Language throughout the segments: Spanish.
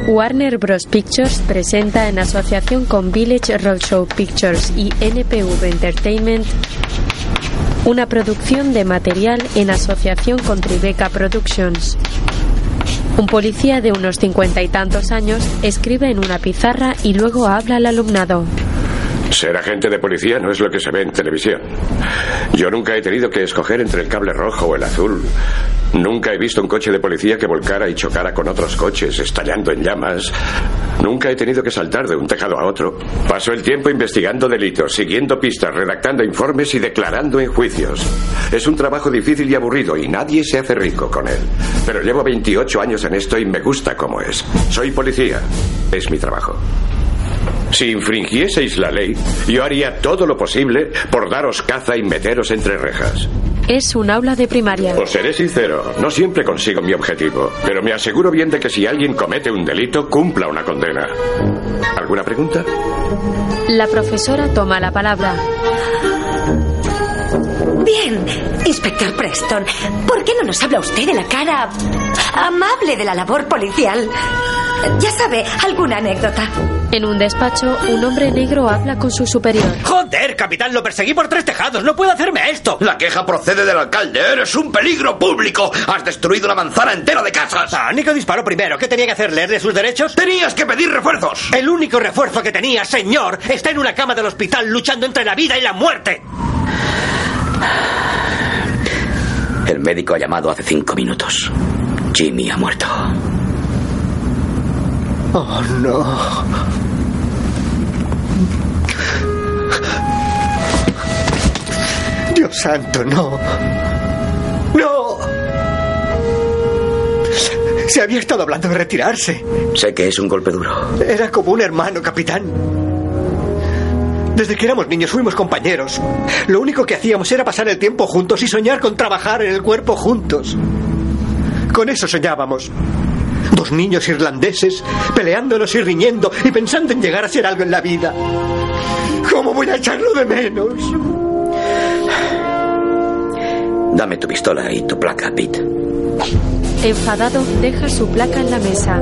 Warner Bros. Pictures presenta en asociación con Village Roadshow Pictures y NPV Entertainment una producción de material en asociación con Tribeca Productions. Un policía de unos 50 y tantos años escribe en una pizarra y luego habla al alumnado. Ser agente de policía no es lo que se ve en televisión. Yo nunca he tenido que escoger entre el cable rojo o el azul. Nunca he visto un coche de policía que volcara y chocara con otros coches, estallando en llamas. Nunca he tenido que saltar de un tejado a otro. Paso el tiempo investigando delitos, siguiendo pistas, redactando informes y declarando en juicios. Es un trabajo difícil y aburrido y nadie se hace rico con él. Pero llevo 28 años en esto y me gusta cómo es. Soy policía. Es mi trabajo. Si infringieseis la ley, yo haría todo lo posible por daros caza y meteros entre rejas. Es un aula de primaria. Os seré sincero, no siempre consigo mi objetivo, pero me aseguro bien de que si alguien comete un delito, cumpla una condena. ¿Alguna pregunta? La profesora toma la palabra. Bien, inspector Preston, ¿por qué no nos habla usted de la cara amable de la labor policial? Ya sabe, alguna anécdota. En un despacho, un hombre negro habla con su superior. ¡Joder, capitán! Lo perseguí por 3 tejados. ¡No puedo hacerme esto! La queja procede del alcalde. ¡Eres un peligro público! ¡Has destruido una manzana entera de casas! Ah, Nico disparó primero. ¿Qué tenía que hacer? ¿Leerle sus derechos? ¡Tenías que pedir refuerzos! El único refuerzo que tenía, señor, está en una cama del hospital luchando entre la vida y la muerte. El médico ha llamado hace 5 minutos. Jimmy ha muerto. Oh, no. Dios santo, no. ¡No! Se había estado hablando de retirarse. Sé que es un golpe duro. Era como un hermano, capitán. Desde que éramos niños fuimos compañeros. Lo único que hacíamos era pasar el tiempo juntos y soñar con trabajar en el cuerpo juntos. Con eso soñábamos. 2 niños irlandeses, peleándonos y riñendo y pensando en llegar a ser algo en la vida. ¿Cómo voy a echarlo de menos? Dame tu pistola y tu placa, Pete. Enfadado, deja su placa en la mesa.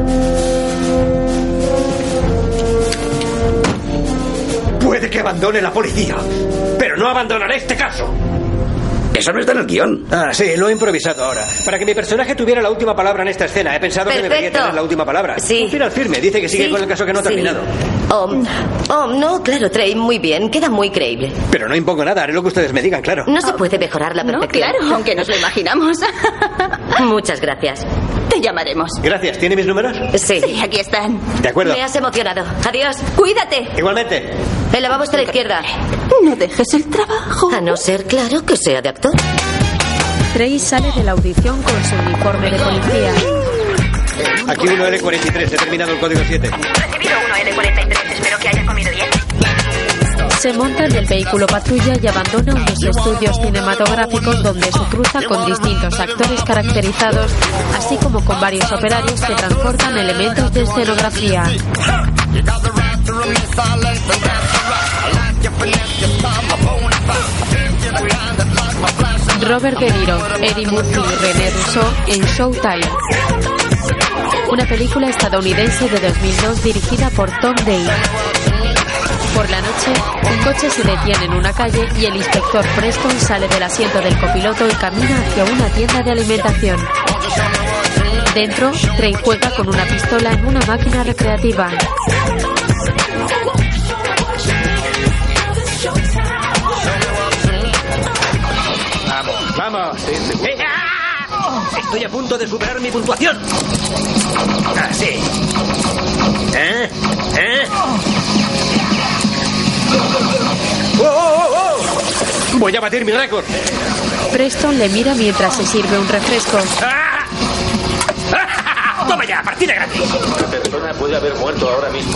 Puede que abandone la policía, pero no abandonaré este caso. Eso no está en el guión. Ah, sí, lo he improvisado ahora. Para que mi personaje tuviera la última palabra en esta escena, he pensado que debería tener la última palabra. Sí. Un final firme, dice que sigue con el caso que no ha terminado. No, claro, Trey, muy bien, queda muy creíble. Pero no impongo nada, haré lo que ustedes me digan, claro. No se puede mejorar la perfección. No, claro, aunque nos lo imaginamos. Muchas gracias. Te llamaremos. Gracias, ¿tiene mis números? Sí. Sí, aquí están. De acuerdo. Me has emocionado. Adiós. Cuídate. Igualmente. El lavabo está a la izquierda. No dejes el trabajo. A no ser, claro, que sea de actor. Trey sale de la audición con su uniforme de policía. Aquí 1L43, he terminado el código 7. Recibido 1L43, espero que haya comido bien. Se monta en el vehículo patrulla y abandona unos estudios cinematográficos donde se cruza con distintos actores caracterizados, así como con varios operarios que transportan elementos de escenografía. Robert De Niro, Eddie Murphy y René Russo en Showtime. Una película estadounidense de 2002 dirigida por Tom Day. Por la noche, un coche se detiene en una calle y el inspector Preston sale del asiento del copiloto y camina hacia una tienda de alimentación. Dentro, Trey juega con una pistola en una máquina recreativa. ¡Vamos! Estoy a punto de superar mi puntuación. Así. ¡Oh! Voy a batir mi récord. Preston le mira mientras se sirve un refresco. ¡Toma ya! ¡Partida gratis! La persona puede haber muerto ahora mismo.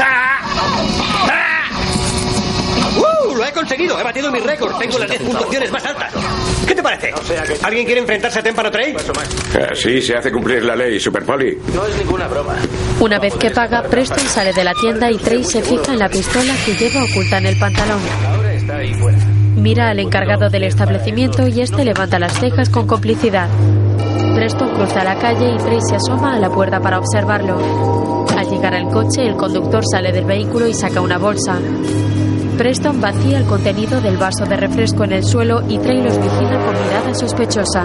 ¡Lo he conseguido! He batido mi récord. Tengo las 10 puntuaciones más altas. ¿Qué te parece? ¿Alguien quiere enfrentarse a Témpano Trey? Así se hace cumplir la ley, Superpoli. No es ninguna broma. Una vez que paga, Preston sale de la tienda y Trey se fija en la pistola que lleva oculta en el pantalón. Ahora está ahí fuera. Mira al encargado del establecimiento y este levanta las cejas con complicidad. Preston cruza la calle y Trey se asoma a la puerta para observarlo. Al llegar al coche, el conductor sale del vehículo y saca una bolsa. Preston vacía el contenido del vaso de refresco en el suelo y Trey los vigila con mirada sospechosa.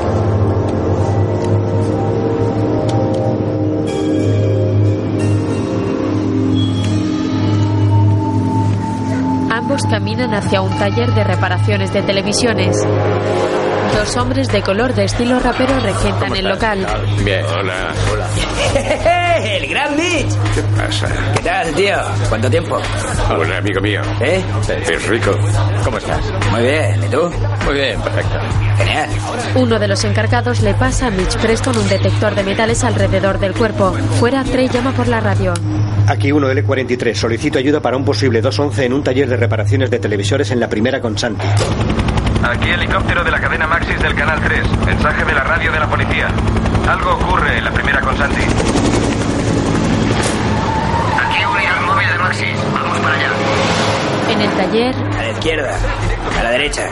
Ambos caminan hacia un taller de reparaciones de televisiones. Dos hombres de color de estilo rapero regentan el local. Bien. Hola. ¡El gran Mitch! ¿Qué pasa? ¿Qué tal, tío? ¿Cuánto tiempo? Un amigo mío. ¿Eh? Es rico. ¿Cómo estás? Muy bien. ¿Y tú? Muy bien, perfecto. Genial. Uno de los encargados le pasa a Mitch Preston un detector de metales alrededor del cuerpo. Fuera, Trey llama por la radio. Aquí 1L43. Solicito ayuda para un posible 211 en un taller de reparaciones de televisores en la primera con Santi. Aquí helicóptero de la cadena Maxis del Canal 3. Mensaje de la radio de la policía. Algo ocurre en la primera con Santi. Aquí unidad móvil de Maxis. Vamos para allá. En el taller... A la izquierda. A la derecha.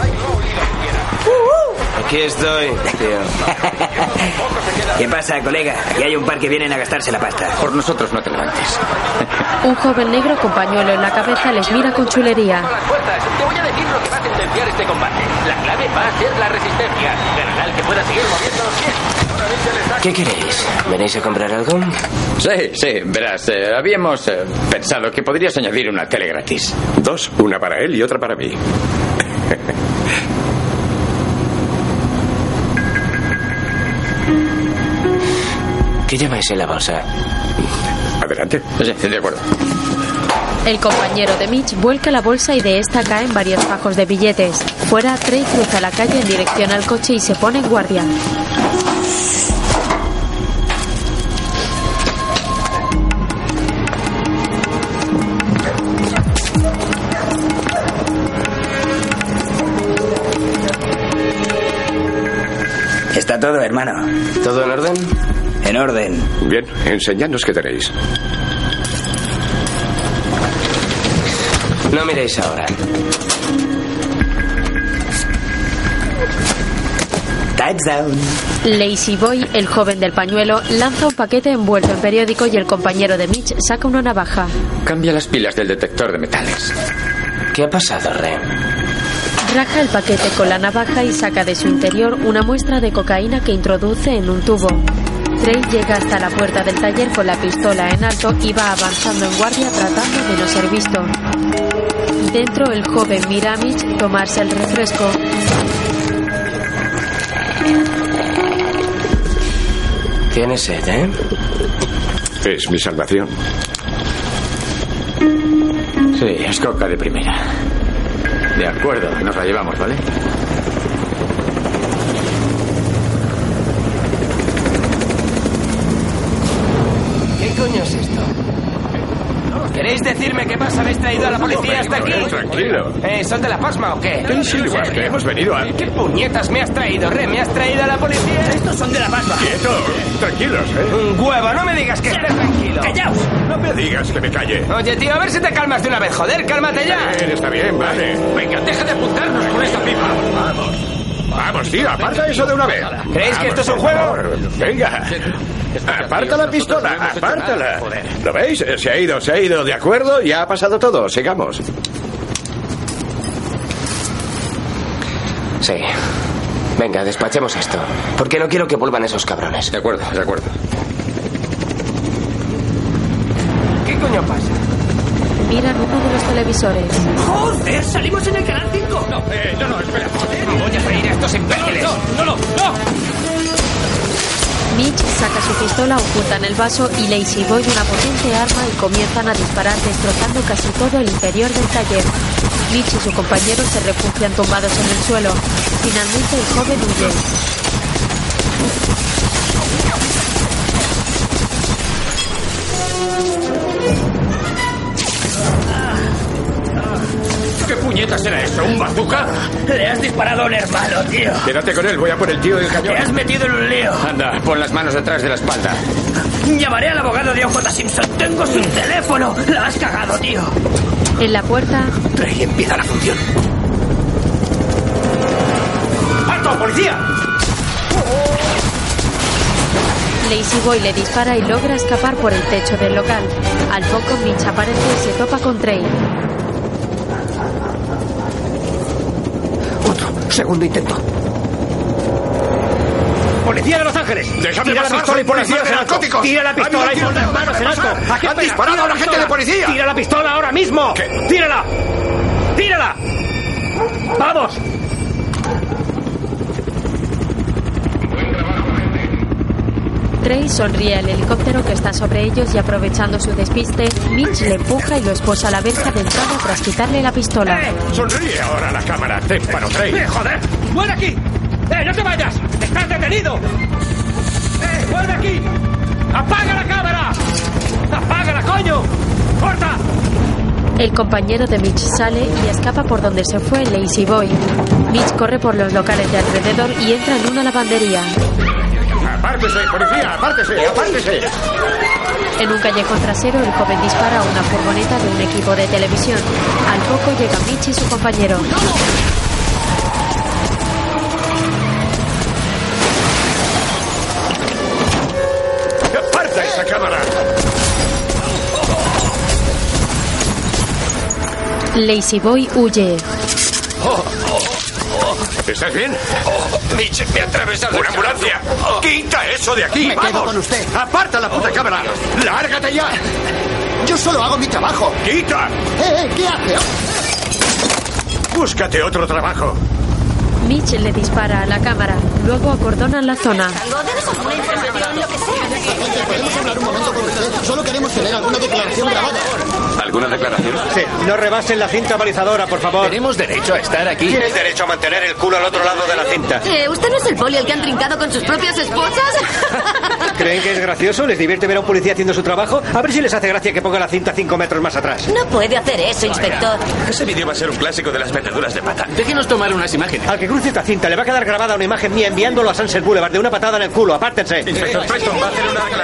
Aquí estoy, tío. ¿Qué pasa, colega? Aquí hay un par que vienen a gastarse la pasta. Por nosotros no te levantes. Un joven negro con pañuelo en la cabeza les mira con chulería. Te voy a decir lo que va a sentenciar este combate. La clave va a ser la resistencia. Ganará el que pueda seguir moviendo los pies. ¿Qué queréis? ¿Venís a comprar algo? Sí, verás, habíamos pensado que podrías añadir una tele gratis. 2, una para él y otra para mí. ¿Qué lleváis en la bolsa? Adelante. Sí, de acuerdo. El compañero de Mitch vuelca la bolsa y de esta caen varios fajos de billetes. Fuera, Trey cruza la calle en dirección al coche y se pone en guardia. Está todo, hermano. ¿Todo en orden? En orden. Bien, enseñadnos qué tenéis. No miréis ahora. Touchdown. Lazy Boy, el joven del pañuelo, lanza un paquete envuelto en periódico y el compañero de Mitch saca una navaja. Cambia las pilas del detector de metales. ¿Qué ha pasado, Ren? Raja el paquete con la navaja y saca de su interior una muestra de cocaína que introduce en un tubo. Trey llega hasta la puerta del taller con la pistola en alto y va avanzando en guardia tratando de no ser visto. Dentro, el joven mira a Mitch tomarse el refresco. Tienes sed, ¿eh? Es mi salvación. Sí, es coca de primera. De acuerdo, nos la llevamos, ¿vale? ¿Qué coño es esto? ¿Queréis decirme qué pasa? ¿Habéis traído a la policía hasta aquí? Tranquilo. ¿Son de la Pasma o qué? ¿Qué insinúas? Que hemos venido a... ¿Qué puñetas me has traído, Ren? ¿Me has traído a la policía? Estos son de la Pasma. ¡Quieto! Tranquilos, Un huevo, no me digas que estés tranquilo. ¡Callaos! No me digas que me calle. Oye, tío, a ver si te calmas de una vez, joder, cálmate ya. Está bien, vale. Venga, deja de apuntarnos con esa pipa. Vamos, tío, aparta eso de una vez. ¿Creéis que esto es un juego? Venga. Aparta la pistola, apártala. ¿Lo veis? Se ha ido, ¿de acuerdo? Ya ha pasado todo, sigamos. Sí. Venga, despachemos esto. Porque no quiero que vuelvan esos cabrones. De acuerdo, de acuerdo. ¿Qué coño pasa? Miran uno de los televisores. ¡Joder! ¡Salimos en el canal 5! No, espera. No voy a freír a estos imbéciles. No. Mitch saca su pistola, oculta en el vaso y Lazy Boy una potente arma y comienzan a disparar destrozando casi todo el interior del taller. Mitch y su compañero se refugian tumbados en el suelo. Finalmente el joven huye. ¿Qué puñetas era eso? ¿Un bazooka? Le has disparado a un hermano, tío. Quédate con él, voy a por el tío del cañón. Te has metido en un lío. Anda, pon las manos detrás de la espalda. Llamaré al abogado de OJ Simpson. Tengo su teléfono. La has cagado, tío. En la puerta, Trey, empieza la función. ¡Alto, policía! Lazy Boy le dispara y logra escapar por el techo del local. Al poco, Mitch aparece y se topa con Trey. Otro. Segundo intento. ¡Policía de Los Ángeles! ¡Déjame ¡Tira la pasar, pistola y pon las policía manos de en alto! narcóticos! ¡Tira la pistola y pon las manos en alto! ¡Han disparado a un agente de policía! ¡Tira la pistola ahora mismo! ¿Qué? ¡Tírala! ¡Tírala! ¡Vamos! Trey sonríe al helicóptero que está sobre ellos y aprovechando su despiste, Mitch le empuja y lo esposa a la verja de entrada tras quitarle la pistola. Sonríe ahora a la cámara, témpano, Trey. ¡Joder! ¡Vuelve aquí! ¡No te vayas! ¡Estás detenido! ¡Vuelve aquí! ¡Apaga la cámara! ¡Apágala, coño! ¡Corta! El compañero de Mitch sale y escapa por donde se fue Lazy Boy. Mitch corre por los locales de alrededor y entra en una lavandería. ¡Apártese, policía! ¡Apártese! ¡Apártese! En un callejón trasero, el joven dispara a una furgoneta de un equipo de televisión. Al poco llega Mitch y su compañero. ¡Aparta esa cámara! Lazy Boy huye. ¿Estás bien? Mitch, me ha atravesado. ¡Una ambulancia! ¡Quita eso de aquí! Me quedo con usted. ¡Aparta la puta cámara! ¡Lárgate ya! Yo solo hago mi trabajo. ¡Quita! ¿Qué hace? ¡Búscate otro trabajo! Mitch le dispara a la cámara. Luego acordonan la zona. ¿Debes alguna información, lo que sea? ¿Podemos hablar un momento con usted? Solo queremos tener alguna declaración grabada. ¿Alguna declaración? Sí, no rebasen la cinta balizadora, por favor. Tenemos derecho a estar aquí. Tienes derecho a mantener el culo al otro lado de la cinta. ¿Usted no es el poli al que han trincado con sus propias esposas? ¿Creen que es gracioso? ¿Les divierte ver a un policía haciendo su trabajo? A ver si les hace gracia que ponga la cinta 5 metros más atrás. No puede hacer eso, inspector. Ese vídeo va a ser un clásico de las meteduras de pata. Déjenos tomar unas imágenes. Al que cruce esta cinta le va a quedar grabada una imagen mía enviándolo a Sunset Boulevard de una patada en el culo. Apártense. Inspector Preston va a hacer una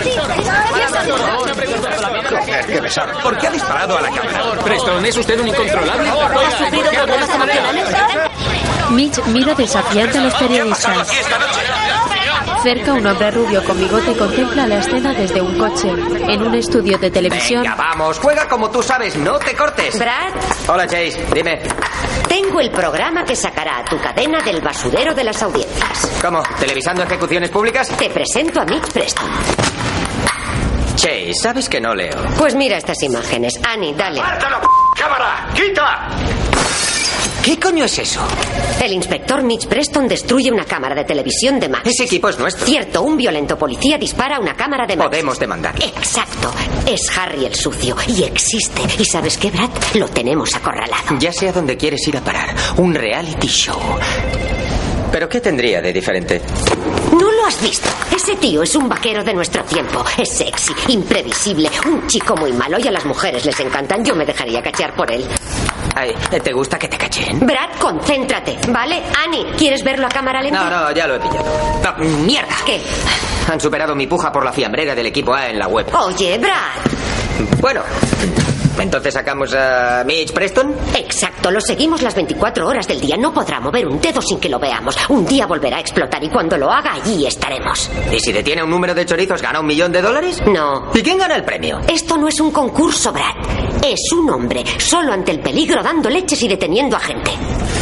declaración. Qué pesado. ¿Por qué ha disparado a la cámara? Preston, ¿es usted un incontrolable? ¿Ha sufrido problemas emocionales? Mitch mira desafiante a los periodistas. Cerca, un hombre rubio con bigote contempla la escena desde un coche. En un estudio de televisión. Venga, vamos, juega como tú sabes, no te cortes. Brad. Hola, Chase, dime. Tengo el programa que sacará a tu cadena del basurero de las audiencias. ¿Cómo? ¿Televisando ejecuciones públicas? Te presento a Mitch Preston. Chase, sabes que no leo. Pues mira estas imágenes. Annie, dale. ¡Aparta la cámara! ¡Quita! ¿Qué coño es eso? El inspector Mitch Preston destruye una cámara de televisión de Max. Ese equipo es nuestro. Cierto, un violento policía dispara una cámara de Max. Podemos demandar. Exacto. Es Harry el sucio. Y existe. ¿Y sabes qué, Brad? Lo tenemos acorralado. Ya sé a dónde quieres ir a parar. Un reality show. ¿Pero qué tendría de diferente? No lo has visto. Ese tío es un vaquero de nuestro tiempo. Es sexy, imprevisible, un chico muy malo y a las mujeres les encantan. Yo me dejaría cachear por él. Ay, ¿te gusta que te cachen? Brad, concéntrate, ¿vale? Annie, ¿quieres verlo a cámara lenta? No, ya lo he pillado. No, ¡mierda! ¿Qué? Han superado mi puja por la fiambrera del equipo A en la web. Oye, Brad. Bueno, ¿entonces sacamos a Mitch Preston? Exacto, lo seguimos las 24 horas del día. No podrá mover un dedo sin que lo veamos. Un día volverá a explotar y cuando lo haga, allí estaremos. ¿Y si detiene un número de chorizos, gana $1 millón? No. ¿Y quién gana el premio? Esto no es un concurso, Brad. Es un hombre, solo ante el peligro, dando leches y deteniendo a gente.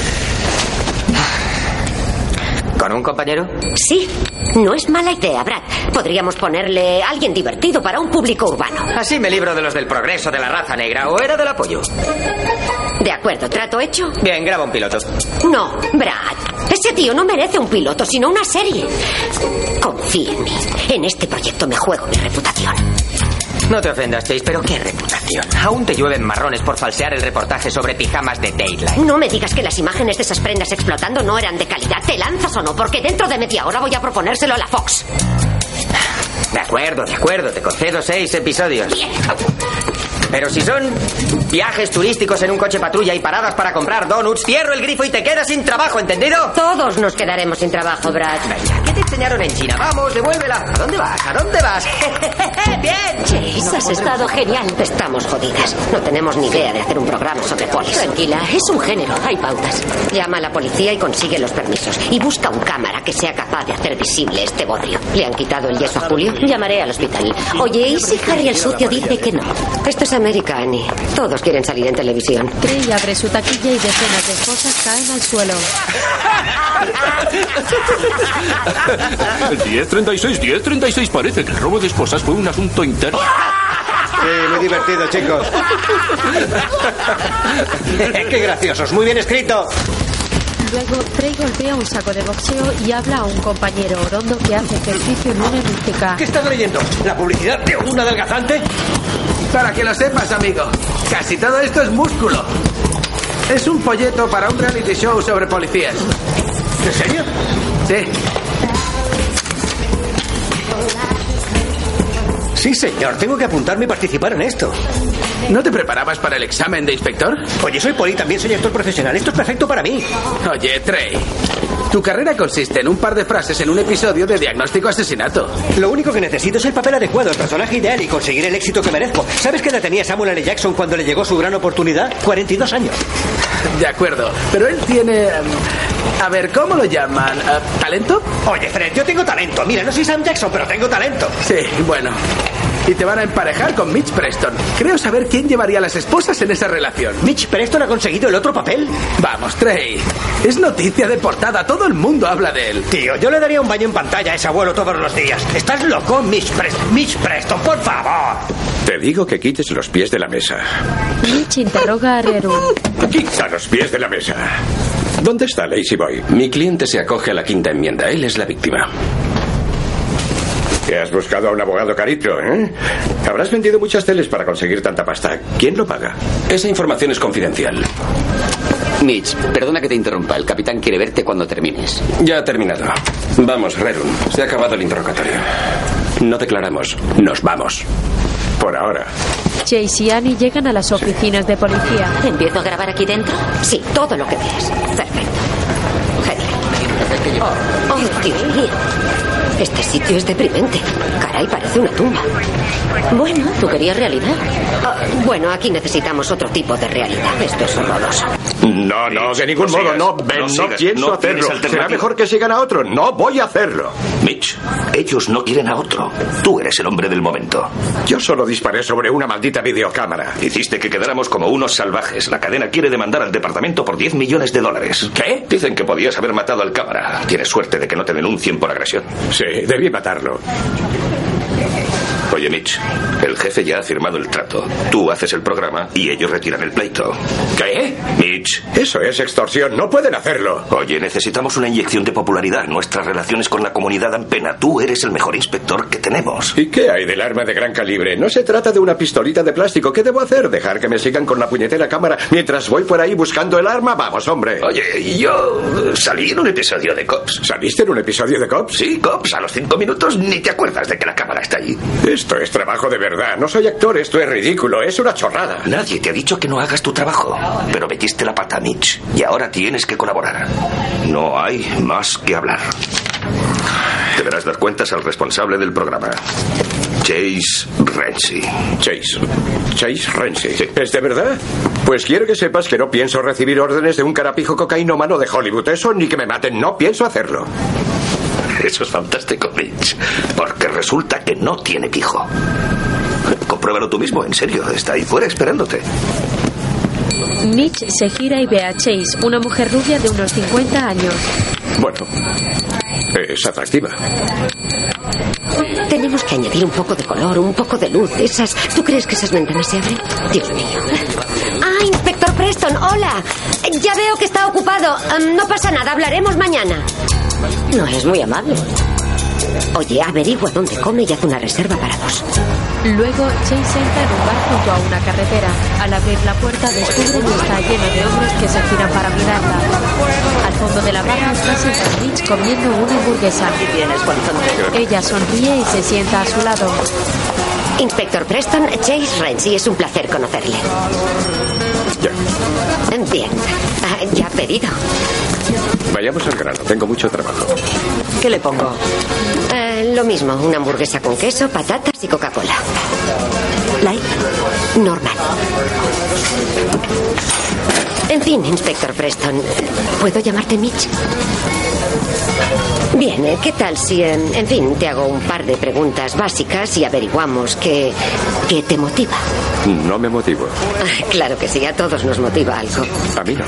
¿Con un compañero? Sí, no es mala idea, Brad. Podríamos ponerle a alguien divertido para un público urbano. Así me libro de los del progreso de la raza negra, o era del apoyo. De acuerdo, ¿trato hecho? Bien, graba un piloto. No, Brad. Ese tío no merece un piloto, sino una serie. Confía en mí. En este proyecto me juego mi reputación. No te ofendas, Chase, pero ¿qué reputación? Aún te llueven marrones por falsear el reportaje sobre pijamas de Dateline. No me digas que las imágenes de esas prendas explotando no eran de calidad. ¿Te lanzas o no? Porque dentro de media hora voy a proponérselo a la Fox. De acuerdo, te concedo 6 episodios. Bien. Pero si son viajes turísticos en un coche patrulla y paradas para comprar donuts, cierro el grifo y te quedas sin trabajo, ¿entendido? Todos nos quedaremos sin trabajo, Brad. Venga, ¿qué te enseñaron en China? Vamos, devuélvela. ¿A dónde vas? ¿A dónde vas? ¡Bien! Chase, has estado genial. Estamos jodidas. No tenemos ni idea de hacer un programa sobre polis. Tranquila, es un género. Hay pautas. Llama a la policía y consigue los permisos. Y busca un cámara que sea capaz de hacer visible este bodrio. ¿Le han quitado el yeso a Julio? Llamaré al hospital. Oye, ¿y si Harry el sucio dice que no? Esto es América, Annie. Todos quieren salir en televisión. Trey abre su taquilla y decenas de esposas caen al suelo. 1036. Parece que el robo de esposas fue un asunto interno. Sí, muy divertido, chicos. ¡Qué graciosos! Muy bien escrito. Luego, Trey golpea un saco de boxeo y habla a un compañero orondo que hace ejercicio en una elíptica. ¿Qué estás leyendo? ¿La publicidad de un adelgazante? Para que lo sepas, amigo, casi todo esto es músculo. Es un folleto para un reality show sobre policías. ¿En serio? Sí. Sí, señor. Tengo que apuntarme y participar en esto. ¿No te preparabas para el examen de inspector? Oye, soy poli, también soy actor profesional. Esto es perfecto para mí. Oye, Trey, tu carrera consiste en un par de frases en un episodio de Diagnóstico Asesinato. Lo único que necesito es el papel adecuado, el personaje ideal y conseguir el éxito que merezco. ¿Sabes qué edad tenía Samuel L. Jackson cuando le llegó su gran oportunidad? 42 años. De acuerdo, pero él tiene... A ver, ¿cómo lo llaman? ¿Talento? Oye, Fred, yo tengo talento. Mira, no soy Sam Jackson, pero tengo talento. Sí, bueno. Y te van a emparejar con Mitch Preston. Creo saber quién llevaría las esposas en esa relación. ¿Mitch Preston ha conseguido el otro papel? Vamos, Trey. Es noticia de portada. Todo el mundo habla de él. Tío, yo le daría un baño en pantalla a ese abuelo todos los días. ¿Estás loco, Mitch Preston? Mitch Preston, por favor. Te digo que quites los pies de la mesa. Mitch interroga a Rerun. Quita los pies de la mesa. ¿Dónde está Lazy Boy? Mi cliente se acoge a la quinta enmienda. Él es la víctima. ¿Te has buscado a un abogado carito, eh? Habrás vendido muchas teles para conseguir tanta pasta. ¿Quién lo paga? Esa información es confidencial. Mitch, perdona que te interrumpa. El capitán quiere verte cuando termines. Ya ha terminado. Vamos, Rerun. Se ha acabado el interrogatorio. No declaramos. Nos vamos. Por ahora. Chase y Annie llegan a las oficinas de policía. ¿Empiezo a grabar aquí dentro? Sí, todo lo que veas. Perfecto. Genial. Oh, Dios mío. Este sitio es deprimente. Caray, parece una tumba. Bueno, ¿tú querías realidad? Bueno, aquí necesitamos otro tipo de realidad. Esto es horroroso. No, de ningún modo, no. Ben, no pienso hacerlo. Será mejor que sigan a otro. No voy a hacerlo. Mitch, ellos no quieren a otro. Tú eres el hombre del momento. Yo solo disparé sobre una maldita videocámara. Hiciste que quedáramos como unos salvajes. La cadena quiere demandar al departamento por $10 millones. ¿Qué? Dicen que podías haber matado al cámara. Tienes suerte de que no te denuncien por agresión. Sí, debí matarlo. Oye, Mitch, el jefe ya ha firmado el trato. Tú haces el programa y ellos retiran el pleito. ¿Qué? Mitch. Eso es extorsión. No pueden hacerlo. Oye, necesitamos una inyección de popularidad. Nuestras relaciones con la comunidad dan pena. Tú eres el mejor inspector que tenemos. ¿Y qué hay del arma de gran calibre? No se trata de una pistolita de plástico. ¿Qué debo hacer? ¿Dejar que me sigan con la puñetera cámara mientras voy por ahí buscando el arma? Vamos, hombre. Oye, yo salí en un episodio de Cops. ¿Saliste en un episodio de Cops? Sí, Cops. A los 5 minutos ni te acuerdas de que la cámara está allí. Esto es trabajo de verdad. No soy actor. Esto es ridículo. Es una chorrada. Nadie te ha dicho que no hagas tu trabajo. Pero metiste la pata, Mitch. Y ahora tienes que colaborar. No hay más que hablar. Deberás dar cuentas al responsable del programa. Chase Renzi. Chase Renzi. Sí. ¿Es de verdad? Pues quiero que sepas que no pienso recibir órdenes de un carapijo cocainómano de Hollywood. Eso ni que me maten. No pienso hacerlo. Eso es fantástico, Mitch. Porque resulta que no tiene pijo. Compruébalo tú mismo, en serio. Está ahí fuera esperándote. Mitch se gira y ve a Chase, una mujer rubia de unos 50 años. Bueno, es atractiva. Tenemos que añadir un poco de color, un poco de luz. ¿Tú crees que esas ventanas se abren? Dios mío. Ah, Inspector Preston, hola. Ya veo que está ocupado. No pasa nada, hablaremos mañana. No es muy amable. Oye, averigua dónde come y haz una reserva para 2. Luego, Chase entra en un bar junto a una carretera. Al abrir la puerta, descubre que está lleno de hombres que se giran para mirarla. Al fondo de la barra está sentada Mitch comiendo una hamburguesa. Ella sonríe y se sienta a su lado. Inspector Preston, Chase Renzi, es un placer conocerle. Ya. Bien. Ya ha pedido. Vayamos al grano, tengo mucho trabajo. ¿Qué le pongo? Lo mismo, una hamburguesa con queso, patatas y Coca-Cola. ¿Light? Normal. En fin, Inspector Preston, ¿puedo llamarte Mitch? Bien, ¿qué tal si, en fin, te hago un par de preguntas básicas y averiguamos qué te motiva? No me motivo. Claro que sí, a todos nos motiva algo. A mí no.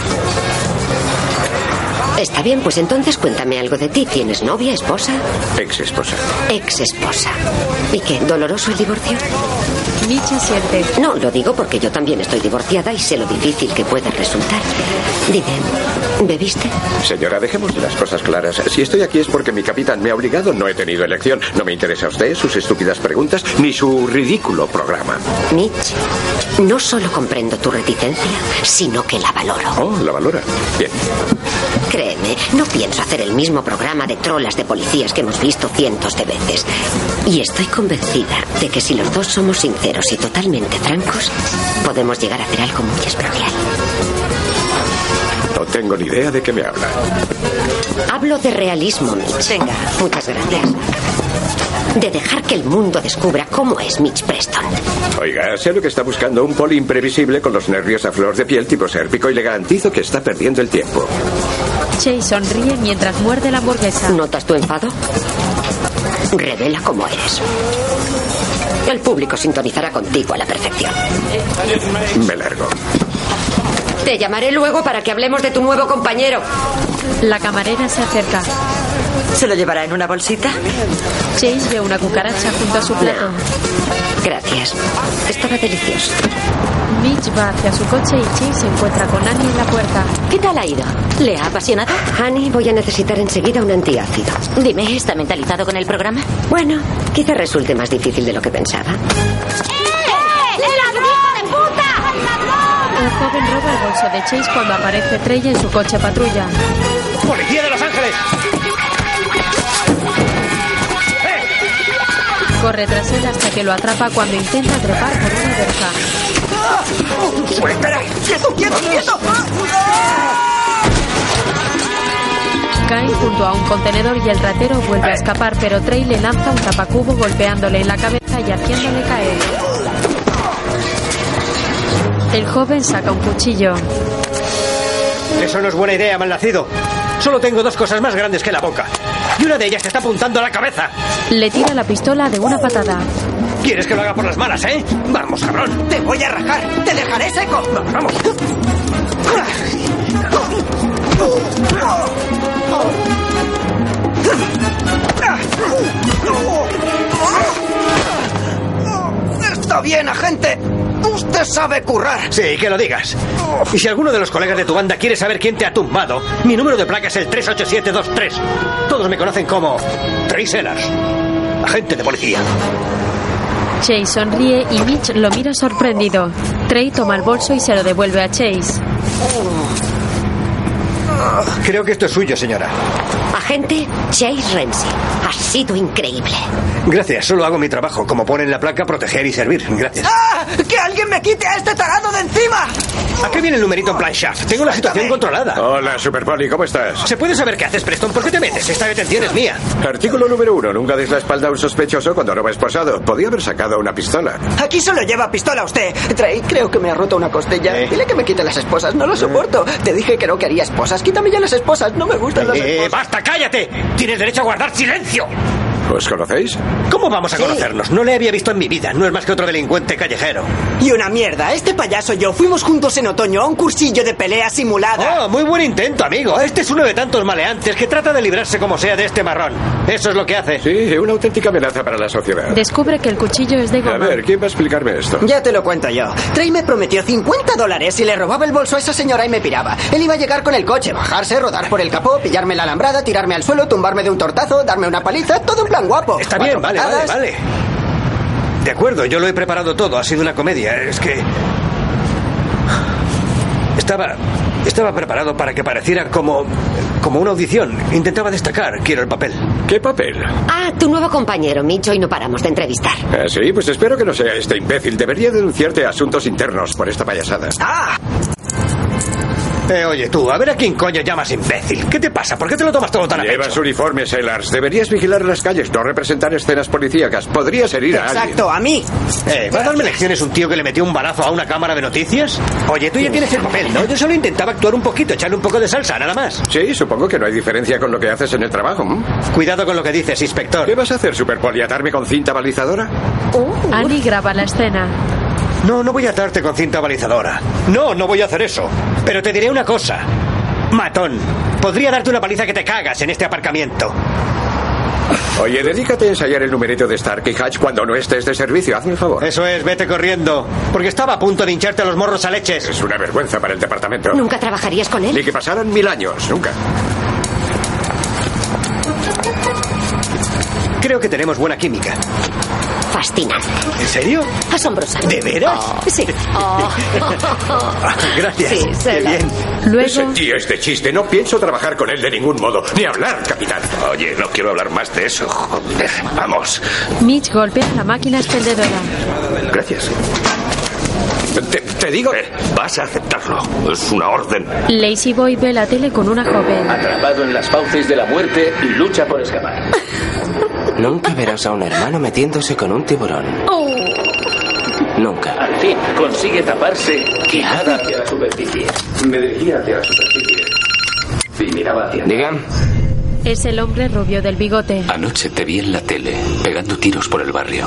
Está bien, pues entonces cuéntame algo de ti. ¿Tienes novia, esposa? Ex-esposa. Ex-esposa. ¿Y qué? ¿Doloroso el divorcio? Mitch asiente. No, lo digo porque yo también estoy divorciada y sé lo difícil que puede resultar. Dime, ¿bebiste? Señora, dejemos las cosas claras. Si estoy aquí es porque mi capitán me ha obligado. No he tenido elección. No me interesa usted, sus estúpidas preguntas, ni su ridículo programa. Mitch, no solo comprendo tu reticencia, sino que la valoro. Oh, ¿la valora? Bien. Créeme, no pienso hacer el mismo programa de trolas de policías que hemos visto cientos de veces. Y estoy convencida de que si los dos somos sinceros y totalmente francos, podemos llegar a hacer algo muy especial. No tengo ni idea de qué me habla. Hablo de realismo, Mitch. Venga, muchas gracias. De dejar que el mundo descubra cómo es Mitch Preston. Oiga, sé lo que está buscando, un poli imprevisible con los nervios a flor de piel tipo sérpico, y le garantizo que está perdiendo el tiempo. Chase sonríe mientras muerde la hamburguesa. ¿Notas tu enfado? Revela cómo eres. El público sintonizará contigo a la perfección. Me largo. Te llamaré luego para que hablemos de tu nuevo compañero. La camarera se acerca. ¿Se lo llevará en una bolsita? Chase ve una cucaracha junto a su plato. Gracias. Estaba delicioso. Mitch va hacia su coche y Chase se encuentra con Annie en la puerta. ¿Qué tal ha ido? ¿Le ha apasionado? Annie, voy a necesitar enseguida un antiácido. Dime, ¿está mentalizado con el programa? Bueno, quizá resulte más difícil de lo que pensaba. Un joven roba el bolso de Chase cuando aparece Trey en su coche patrulla. ¡Policía de Los Ángeles! Corre tras él hasta que lo atrapa cuando intenta trepar por una verja. ¡Espera! ¡Quieto, quieto, quieto! Cae junto a un contenedor y el ratero vuelve a escapar, pero Trey le lanza un tapacubo golpeándole en la cabeza y haciéndole caer. El joven saca un cuchillo. Eso no es buena idea, malnacido. Solo tengo dos cosas más grandes que la boca. Y una de ellas te está apuntando a la cabeza. Le tira la pistola de una patada. ¿Quieres que lo haga por las malas, eh? Vamos, cabrón. ¡Te voy a rajar! ¡Te dejaré seco! ¡Vamos! ¡Está bien, agente! ¡Usted sabe currar! Sí, que lo digas. Y si alguno de los colegas de tu banda quiere saber quién te ha tumbado, mi número de placa es el 38723. Todos me conocen como Trey Sellers, agente de policía. Chase sonríe y Mitch lo mira sorprendido. Trey toma el bolso y se lo devuelve a Chase. Creo que esto es suyo, señora. Agente Chase Renzi. Ha sido increíble. Gracias, solo hago mi trabajo. Como pone en la placa, proteger y servir. Gracias. ¡Ah! ¡Que alguien me quite a este tarado de encima! ¿A qué viene el numerito en plan shaft? Tengo la situación controlada. Hola, Superpoli, ¿cómo estás? ¿Se puede saber qué haces, Preston? ¿Por qué te metes? Esta detención es mía. Artículo número 1. Nunca des la espalda a un sospechoso cuando no va esposado. Podía haber sacado una pistola. Aquí solo lleva pistola usted. Trey, creo que me ha roto una costilla. Dile que me quite las esposas. No lo soporto. Te dije que no quería esposas. Quítame ya las esposas. No me gustan las esposas. ¡Basta! ¡Cállate! Tienes derecho a guardar silencio. ¿Os conocéis? ¿Cómo vamos a conocernos? No le había visto en mi vida. No es más que otro delincuente callejero. Y una mierda. Este payaso y yo fuimos juntos en otoño a un cursillo de pelea simulada. Oh, muy buen intento, amigo. Este es uno de tantos maleantes que trata de librarse como sea de este marrón. Eso es lo que hace. Sí, una auténtica amenaza para la sociedad. Descubre que el cuchillo es de goma. A ver, ¿quién va a explicarme esto? Ya te lo cuento yo. Trey me prometió $50 y le robaba el bolso a esa señora y me piraba. Él iba a llegar con el coche, bajarse, rodar por el capó, pillarme la alambrada, tirarme al suelo, tumbarme de un tortazo, darme una paliza, todo en plan guapo. Está bien, vale. De acuerdo, yo lo he preparado todo. Ha sido una comedia. Es que... Estaba Estaba preparado para que pareciera como una audición. Intentaba destacar. Quiero el papel. ¿Qué papel? Ah, tu nuevo compañero, Mitch. Hoy no paramos de entrevistar. Sí, pues espero que no sea este imbécil. Debería denunciarte a asuntos internos por esta payasada. ¡Ah! Oye, tú, a ver a quién coño llamas imbécil. ¿Qué te pasa? ¿Por qué te lo tomas todo tan a pecho? Llevas uniforme, Sellars. Deberías vigilar las calles, no representar escenas policíacas. Podrías herir a alguien. Exacto, a mí. ¿Va a darme lecciones un tío que le metió un balazo a una cámara de noticias? Oye, tú ya tienes el papel, ¿no? Yo solo intentaba actuar un poquito, echarle un poco de salsa, nada más. Sí, supongo que no hay diferencia con lo que haces en el trabajo. Cuidado con lo que dices, inspector. ¿Qué vas a hacer, Superpoli? ¿Atarme con cinta balizadora? Annie graba la escena. No voy a atarte con cinta balizadora. No voy a hacer eso. Pero te diré una cosa. Matón, podría darte una paliza que te cagas en este aparcamiento. Oye, dedícate a ensayar el numerito de Stark y Hatch cuando no estés de servicio. Hazme el favor. Eso es, vete corriendo. Porque estaba a punto de hincharte los morros a leches. Es una vergüenza para el departamento. ¿Nunca trabajarías con él? Ni que pasaran 1000 años. Nunca. Creo que tenemos buena química. Fascinante. ¿En serio? Asombrosa. ¿De veras? Sí. Gracias. Sí, qué bien. Luego... Ese tío es de chiste. No pienso trabajar con él de ningún modo. Ni hablar, capitán. Oye, no quiero hablar más de eso. Joder, vamos. Mitch golpea la máquina expendedora. Gracias. Te digo... vas a aceptarlo. Es una orden. Lazy Boy ve la tele con una joven. Atrapado en las fauces de la muerte, lucha por escapar. Nunca verás a un hermano metiéndose con un tiburón. Nunca. Al fin, consigue taparse y nada hacia la superficie. Me dirigía hacia la superficie y miraba hacia... Digan. Es el hombre rubio del bigote. Anoche te vi en la tele, pegando tiros por el barrio.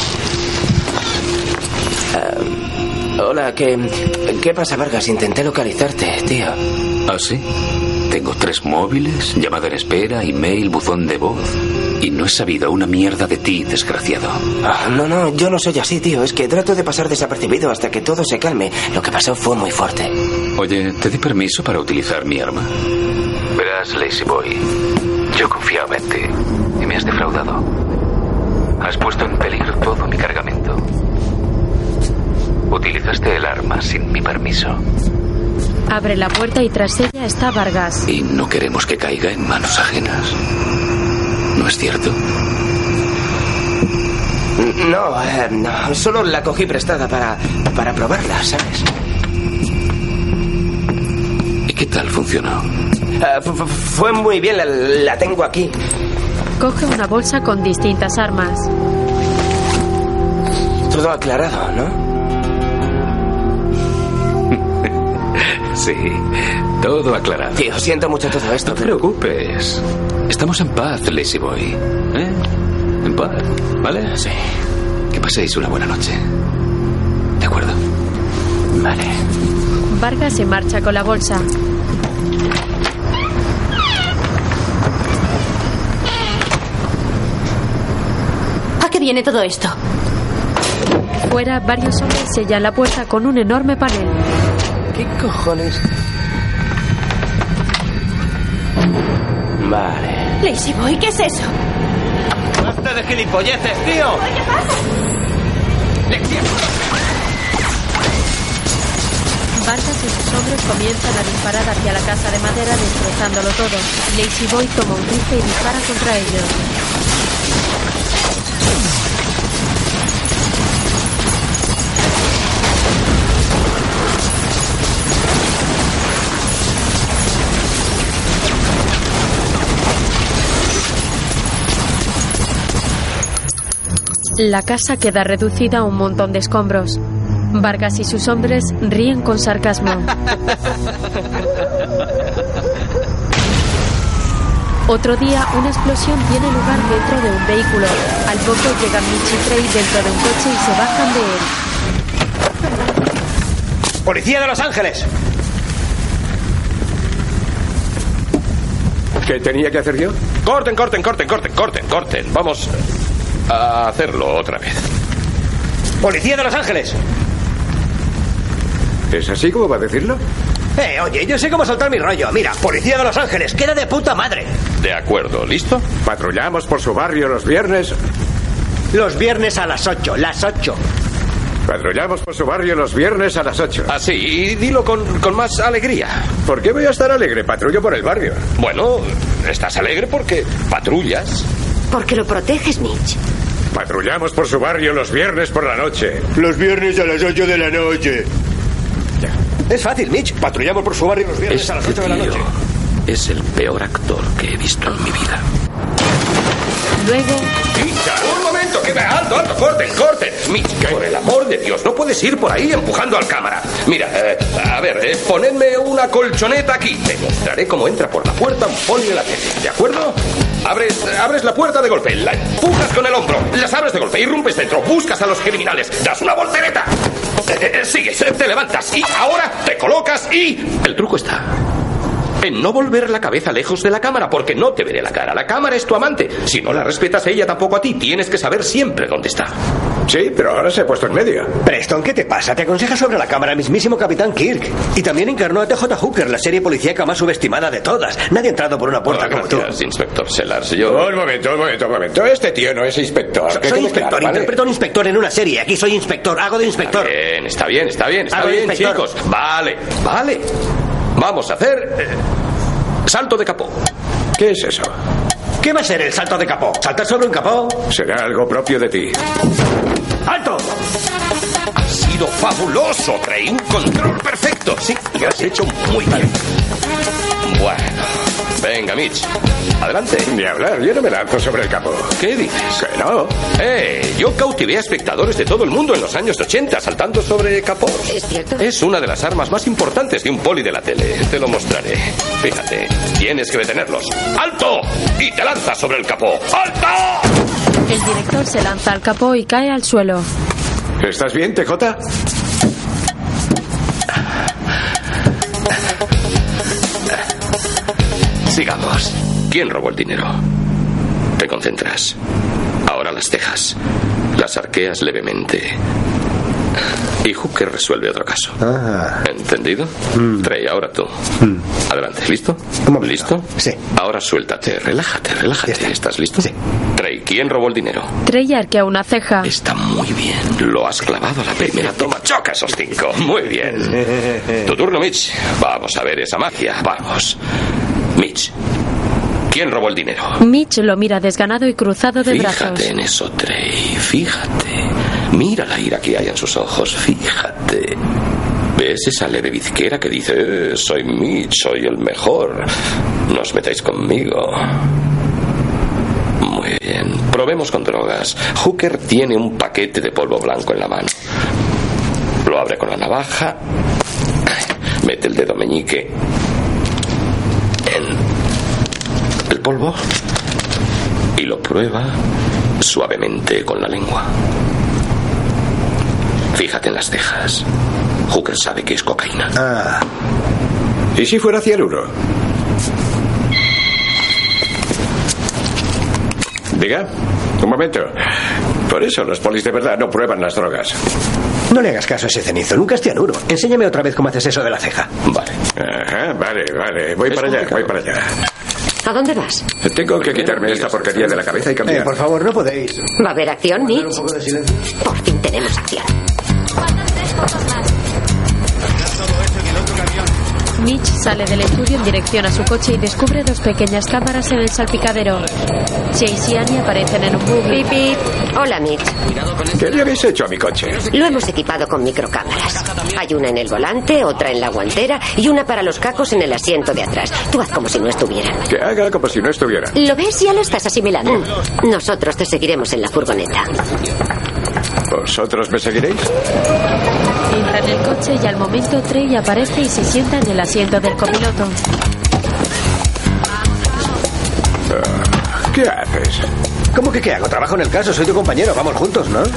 Hola, ¿qué pasa, Vargas? Intenté localizarte, tío. ¿Ah, sí? Tengo 3 móviles, llamada en espera, email, buzón de voz. Y no he sabido una mierda de ti, desgraciado. No, yo no soy así, tío. Es que trato de pasar desapercibido hasta que todo se calme. Lo que pasó fue muy fuerte. Oye, ¿te di permiso para utilizar mi arma? Verás, Lazy Boy, yo confiaba en ti y me has defraudado. Has puesto en peligro todo mi cargamento. Utilizaste el arma sin mi permiso. Abre la puerta y tras ella está Vargas. Y no queremos que caiga en manos ajenas. ¿No es cierto? No, solo la cogí prestada para probarla, ¿sabes? ¿Y qué tal funcionó? Fue muy bien, la tengo aquí. Coge una bolsa con distintas armas. Todo aclarado, ¿no? Sí, todo aclarado. Tío, siento mucho todo esto. No te preocupes. Estamos en paz, Lazy Boy. En paz, ¿vale? Sí. Que paséis una buena noche. ¿De acuerdo? Vale. Vargas se marcha con la bolsa. ¿A qué viene todo esto? Fuera, varios hombres sellan la puerta con un enorme panel. ¿Qué cojones? Vale. Lazy Boy, ¿qué es eso? ¡Basta de gilipolleces, tío! ¿Qué pasa? ¡Lección! Vargas y sus hombres comienzan a disparar hacia la casa de madera, destrozándolo todo. Lazy Boy toma un rifle y dispara contra ellos. La casa queda reducida a un montón de escombros. Vargas y sus hombres ríen con sarcasmo. Otro día, una explosión tiene lugar dentro de un vehículo. Al poco llegan Mitch y Trey dentro de un coche y se bajan de él. ¡Policía de Los Ángeles! ¿Qué tenía que hacer yo? Corten. Vamos a hacerlo otra vez. ¡Policía de Los Ángeles! ¿Es así como va a decirlo? Oye, yo sé cómo soltar mi rollo. Mira, Policía de Los Ángeles, queda de puta madre. De acuerdo, ¿listo? Patrullamos por su barrio los viernes. Los viernes a las 8, las 8. Patrullamos por su barrio los viernes a las 8. Así, y dilo con más alegría. ¿Por qué voy a estar alegre? Patrullo por el barrio. Bueno, estás alegre porque patrullas. Porque lo proteges, Mitch. Patrullamos por su barrio los viernes por la noche. Los viernes a las 8 de la noche. Es fácil, Mitch. Patrullamos por su barrio los viernes a las 8 de la noche. Es el peor actor que he visto en mi vida. Luego... ¡Un momento! ¡Que alto! ¡Corten! Mitch, por el amor de Dios, no puedes ir por ahí empujando al cámara. Mira, a ver, ponedme una colchoneta aquí. Te mostraré cómo entra por la puerta un poli de la tele, ¿de acuerdo? Abres la puerta de golpe, la empujas con el hombro, las abres de golpe, irrumpes dentro, buscas a los criminales, das una voltereta. Sigues, te levantas y ahora te colocas y... El truco está en no volver la cabeza lejos de la cámara, porque no te veré la cara. La cámara es tu amante. Si no la respetas, ella tampoco a ti. Tienes que saber siempre dónde está. Sí, pero ahora se ha puesto en medio. Preston, ¿qué te pasa? Te aconseja sobre la cámara el mismísimo Capitán Kirk. Y también encarnó a TJ Hooker, la serie policíaca más subestimada de todas. Nadie ha entrado por una puerta como tú. Inspector Sellars. Un momento. Este tío no es inspector. Soy inspector, interpreto a un inspector en una serie. Aquí soy inspector, hago de inspector. Está bien, chicos. Vale. Vamos a hacer... salto de capó. ¿Qué es eso? ¿Qué va a ser el salto de capó? ¿Saltar sobre un capó? Será algo propio de ti. ¡Alto! Ha sido fabuloso, Trey. Un control perfecto. Sí, lo has hecho muy bien. Bueno, venga, Mitch. Adelante. Ni hablar, yo no me lanzo sobre el capó. ¿Qué dices? Que no. Yo cautivé a espectadores de todo el mundo en los años 80 saltando sobre capós. ¿Es cierto? Es una de las armas más importantes de un poli de la tele. Te lo mostraré. Fíjate, tienes que detenerlos. ¡Alto! Y te lanzas sobre el capó. ¡Alto! El director se lanza al capó y cae al suelo. ¿Estás bien, TJ? Sigamos. ¿Quién robó el dinero? Te concentras. Ahora las cejas. Las arqueas levemente. Y Hooker resuelve otro caso. ¿Entendido? Trey, ahora tú. Adelante. ¿Listo? ¿Listo? Sí. Ahora suéltate. Relájate. ¿Estás listo? Sí. Trey, ¿quién robó el dinero? Trey arquea una ceja. Está muy bien. Lo has clavado a la primera toma. Choca esos 5. Muy bien. Tu turno, Mitch. Vamos a ver esa magia. Vamos. Mitch, ¿quién robó el dinero? Mitch lo mira desganado y cruzado de brazos. Fíjate en eso, Trey. Fíjate. Mira la ira que hay en sus ojos. Fíjate. ¿Ves esa leve bizquera que dice soy Mitch, soy el mejor? No os metáis conmigo. Muy bien. Probemos con drogas. Hooker tiene un paquete de polvo blanco en la mano. Lo abre con la navaja. Mete el dedo meñique en el polvo y lo prueba suavemente con la lengua. Fíjate en las cejas. Hooker sabe que es cocaína. ¿Y si fuera cianuro? Diga, un momento. Por eso los polis de verdad no prueban las drogas. No le hagas caso a ese cenizo, nunca es cianuro. Enséñame otra vez cómo haces eso de la ceja. Vale. Ajá, vale. Voy para allá. ¿A dónde vas? Tengo que quitarme esta porquería de la cabeza y cambiar. Por favor, no podéis. ¿Va a haber acción, Mitch? Por fin tenemos acción. Mitch sale del estudio en dirección a su coche y descubre 2 pequeñas cámaras en el salpicadero. Chase y Annie aparecen en un buggy. Pip. Hola, Mitch. ¿Qué le habéis hecho a mi coche? Lo hemos equipado con microcámaras. Hay una en el volante, otra en la guantera y una para los cacos en el asiento de atrás. Tú haz como si no estuvieran. Que haga como si no estuviera. ¿Lo ves? Ya lo estás asimilando. Nosotros te seguiremos en la furgoneta. ¿Vosotros me seguiréis? Entra en el coche y al momento Trey aparece y se sienta en el asiento del copiloto. ¿Qué haces? ¿Cómo que qué hago? Trabajo en el caso, soy tu compañero, vamos juntos, ¿no?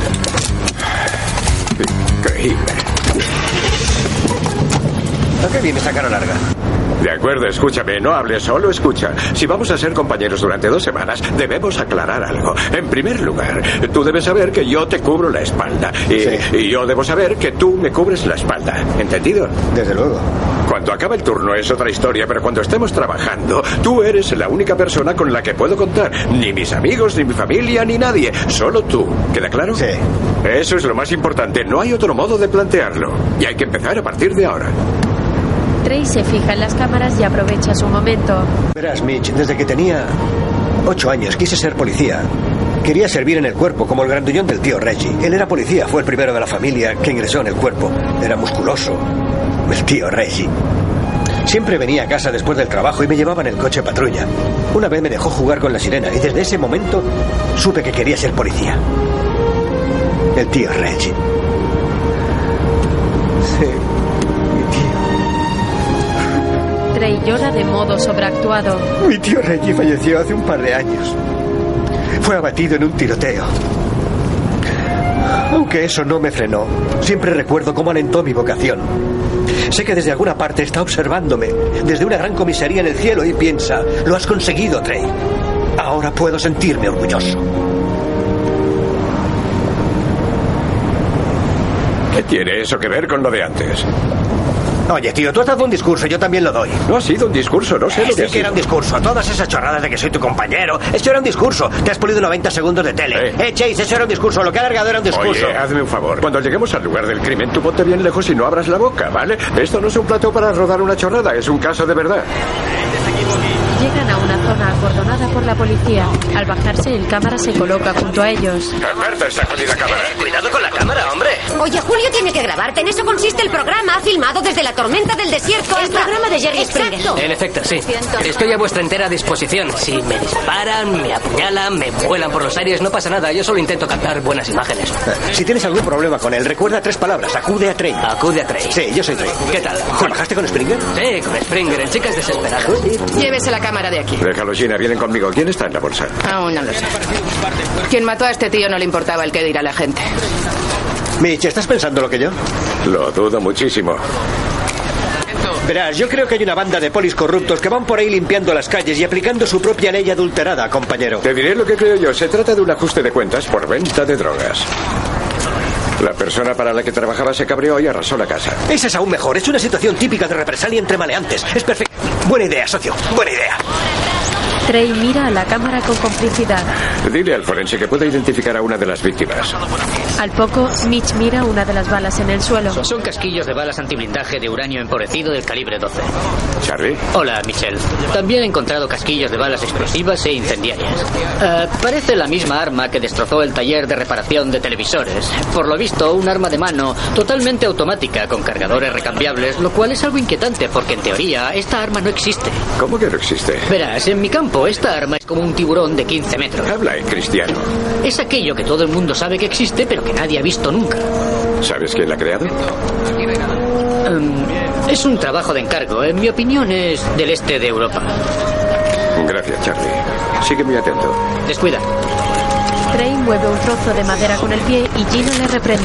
Increíble. ¿A qué viene esta cara larga? De acuerdo, escúchame, no hables, solo escucha. Si vamos a ser compañeros durante 2 semanas, debemos aclarar algo. En primer lugar, tú debes saber que yo te cubro la espalda. Y yo debo saber que tú me cubres la espalda. ¿Entendido? Desde luego. Cuando acaba el turno es otra historia, pero cuando estemos trabajando, tú eres la única persona con la que puedo contar. Ni mis amigos, ni mi familia, ni nadie. Solo tú. ¿Queda claro? Sí. Eso es lo más importante. No hay otro modo de plantearlo. Y hay que empezar a partir de ahora. Trey se fija en las cámaras y aprovecha su momento. Verás, Mitch, desde que tenía 8 años quise ser policía. Quería servir en el cuerpo, como el grandullón del tío Reggie. Él era policía, fue el primero de la familia que ingresó en el cuerpo. Era musculoso, el tío Reggie. Siempre venía a casa después del trabajo y me llevaba en el coche patrulla. Una vez me dejó jugar con la sirena y desde ese momento supe que quería ser policía. El tío Reggie. Sí, mi tío. Trey llora de modo sobreactuado. Mi tío Reggie falleció hace un par de años. Fue abatido en un tiroteo. Aunque eso no me frenó, siempre recuerdo cómo alentó mi vocación. Sé que desde alguna parte está observándome, desde una gran comisaría en el cielo, y piensa: lo has conseguido, Trey. Ahora puedo sentirme orgulloso. ¿Qué tiene eso que ver con lo de antes? Oye, tío, tú has dado un discurso, yo también lo doy. No ha sido un discurso, no sé lo que ha sido. Sí que era un discurso. Todas esas chorradas de que soy tu compañero. Eso era un discurso. Te has pulido 90 segundos de tele. Chase, eso era un discurso. Lo que ha alargado era un discurso. Oye, hazme un favor. Cuando lleguemos al lugar del crimen, tú ponte bien lejos y no abras la boca, ¿vale? Esto no es un plató para rodar una chorrada, es un caso de verdad. Llegan a una zona acordonada por la policía. Al bajarse, el cámara se coloca junto a ellos. ¡Aparta esta jodida cámara! Cuidado con la cámara, hombre. Oye, Julio tiene que grabarte. En eso consiste el programa. Filmado desde la tormenta del desierto. El programa de Jerry Springer. En efecto, sí. Estoy a vuestra entera disposición. Si me disparan, me apuñalan, me vuelan por los aires, no pasa nada. Yo solo intento captar buenas imágenes. Si tienes algún problema con él, recuerda 3 palabras. Acude a Trey. Acude a Trey. Sí, yo soy Trey. ¿Qué tal? ¿Trabajaste con Springer? Sí, con Springer. El chico es desesperado. Llévese la cámara de aquí. Déjalo, Gina. Vienen conmigo. ¿Quién está en la bolsa? Aún no lo sé. Quien mató a este tío no le importaba el que dirá la gente. Mitch, ¿estás pensando lo que yo? Lo dudo muchísimo. Verás, yo creo que hay una banda de polis corruptos que van por ahí limpiando las calles y aplicando su propia ley adulterada, compañero. Te diré lo que creo yo. Se trata de un ajuste de cuentas por venta de drogas. La persona para la que trabajaba se cabreó y arrasó la casa. Esa es aún mejor. Es una situación típica de represalia entre maleantes. Es perfecto. Buena idea, socio. Buena idea. Trey mira a la cámara con complicidad. Dile al forense que pueda identificar a una de las víctimas. Al poco, Mitch mira una de las balas en el suelo. Son casquillos de balas antiblindaje de uranio empobrecido del calibre 12. ¿Charlie? Hola, Michelle. También he encontrado casquillos de balas explosivas e incendiarias. Parece la misma arma que destrozó el taller de reparación de televisores. Por lo visto, un arma de mano totalmente automática con cargadores recambiables, lo cual es algo inquietante porque, en teoría, esta arma no existe. ¿Cómo que no existe? Verás, en mi campo, esta arma es como un tiburón de 15 metros. Habla en cristiano. Es aquello que todo el mundo sabe que existe, pero que nadie ha visto nunca. ¿Sabes quién la ha creado? Es un trabajo de encargo. En mi opinión, es del este de Europa. Gracias, Charlie. Sigue muy atento. Descuida. Trey mueve un trozo de madera con el pie y Gino le reprende.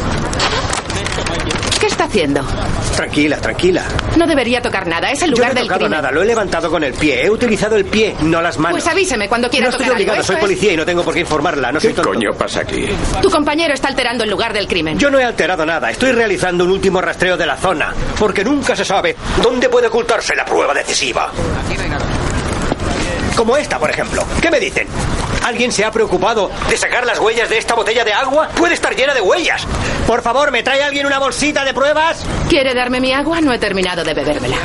¿Qué está haciendo? Tranquila, tranquila. No debería tocar nada. Es el lugar del crimen. Yo no he tocado nada. Lo he levantado con el pie. He utilizado el pie, no las manos. Pues avíseme cuando quiera tocar. No estoy obligado. Soy policía y no tengo por qué informarla. No soy tonto. ¿Qué coño pasa aquí? Tu compañero está alterando el lugar del crimen. Yo no he alterado nada. Estoy realizando un último rastreo de la zona. Porque nunca se sabe dónde puede ocultarse la prueba decisiva. Como esta, por ejemplo. ¿Qué me dicen? ¿Alguien se ha preocupado de sacar las huellas de esta botella de agua? Puede estar llena de huellas. Por favor, ¿me trae alguien una bolsita de pruebas? ¿Quiere darme mi agua? No he terminado de bebérmela.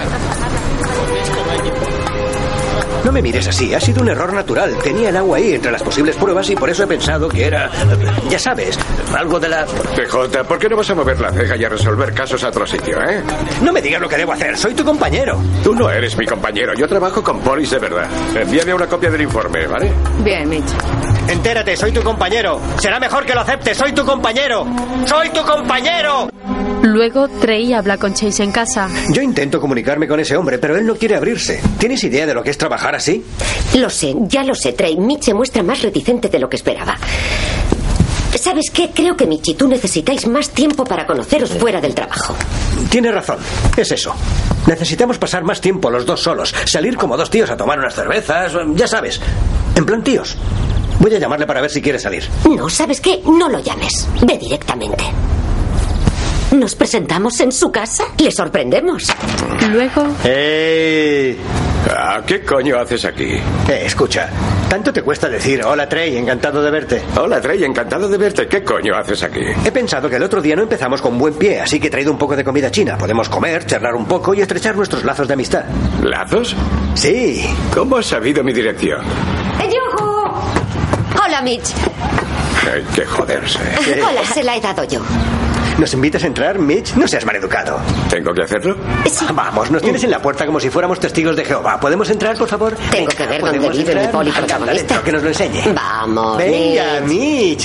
No me mires así, ha sido un error natural. Tenía el agua ahí entre las posibles pruebas y por eso he pensado que era, ya sabes, algo de la... PJ, ¿por qué no vas a mover la ceja y a resolver casos a otro sitio, eh? No me digas lo que debo hacer, soy tu compañero. Tú no eres mi compañero, yo trabajo con polis de verdad. Envíame una copia del informe, ¿vale? Bien, Mitch. Entérate, soy tu compañero. Será mejor que lo aceptes, soy tu compañero. ¡Soy tu compañero! Luego, Trey habla con Chase en casa. Yo intento comunicarme con ese hombre, pero él no quiere abrirse. ¿Tienes idea de lo que es trabajar así? Lo sé, ya lo sé, Trey. Mitch se muestra más reticente de lo que esperaba. ¿Sabes qué? Creo que Mitch y tú necesitáis más tiempo para conoceros fuera del trabajo. Tiene razón, es eso. Necesitamos pasar más tiempo los dos solos. Salir como dos tíos a tomar unas cervezas, ya sabes. En plan tíos. Voy a llamarle para ver si quiere salir. No, ¿sabes qué? No lo llames. Ve directamente. ¿Nos presentamos en su casa? ¿Le sorprendemos? Luego... ¡Ey! ¿Qué coño haces aquí? Escucha, ¿tanto te cuesta decir hola Trey, encantado de verte? Hola Trey, encantado de verte. ¿Qué coño haces aquí? He pensado que el otro día no empezamos con buen pie, así que he traído un poco de comida china. Podemos comer, charlar un poco y estrechar nuestros lazos de amistad. ¿Lazos? Sí. ¿Cómo has sabido mi dirección? ¡Yujú! Hola, Mitch. Hay que joderse. Hola, se la he dado yo. ¿Nos invitas a entrar, Mitch? No seas maleducado. ¿Tengo que hacerlo? Sí. Vamos, nos tienes en la puerta como si fuéramos testigos de Jehová. ¿Podemos entrar, por favor? Tengo que ver dónde vive mi poliprotagonista. Que nos lo enseñe. Vamos, venga, Mitch.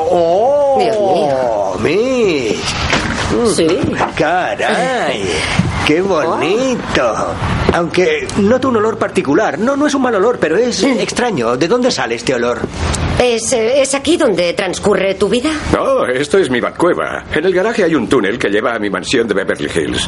¡Oh, Mitch! Sí. ¡Caray! ¡Qué bonito! Aunque noto un olor particular. No es un mal olor, pero es extraño. ¿De dónde sale este olor? ¿Es aquí donde transcurre tu vida? No, esto es mi batcueva. En el garaje hay un túnel que lleva a mi mansión de Beverly Hills.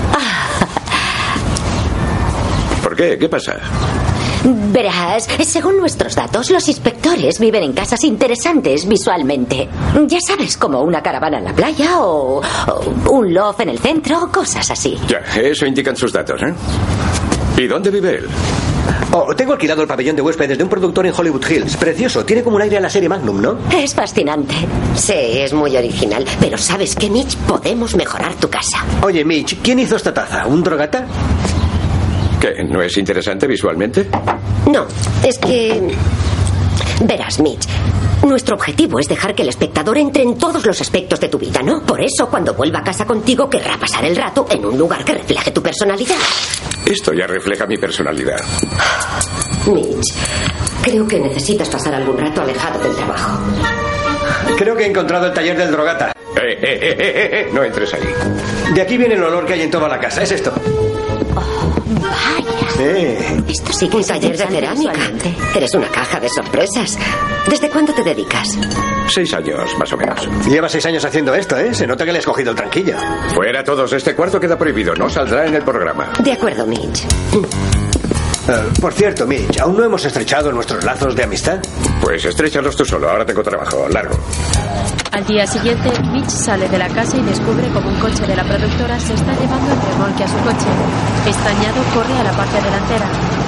¿Por qué? ¿Qué pasa? Verás, según nuestros datos, los inspectores viven en casas interesantes visualmente. Ya sabes, como una caravana en la playa o un loft en el centro, cosas así. Ya, eso indican sus datos, ¿eh? ¿Y dónde vive él? Tengo alquilado el pabellón de huéspedes de un productor en Hollywood Hills. Precioso, tiene como un aire a la serie Magnum, ¿no? Es fascinante. Sí, es muy original. Pero ¿sabes qué, Mitch? Podemos mejorar tu casa. Oye, Mitch, ¿quién hizo esta taza? ¿Un drogata? ¿Qué? ¿No es interesante visualmente? No, es que... Verás, Mitch, nuestro objetivo es dejar que el espectador entre en todos los aspectos de tu vida, ¿no? Por eso, cuando vuelva a casa contigo, querrá pasar el rato en un lugar que refleje tu personalidad. Esto ya refleja mi personalidad. Mitch, creo que necesitas pasar algún rato alejado del trabajo. Creo que he encontrado el taller del drogata. No entres ahí. De aquí viene el olor que hay en toda la casa. Es esto. Vaya. Esto sí que es un taller de cerámica. Eres una caja de sorpresas. ¿Desde cuándo te dedicas? 6 años, más o menos. Lleva 6 años haciendo esto, ¿eh? Se nota que le has cogido el tranquillo. Fuera todos. Este cuarto queda prohibido. No saldrá en el programa. De acuerdo, Mitch. Por cierto, Mitch, ¿aún no hemos estrechado nuestros lazos de amistad? Pues estréchalos tú solo. Ahora tengo trabajo. Largo. Al día siguiente, Mitch sale de la casa y descubre como un coche de la productora se está llevando el remolque a su coche. Extrañado, corre a la parte delantera.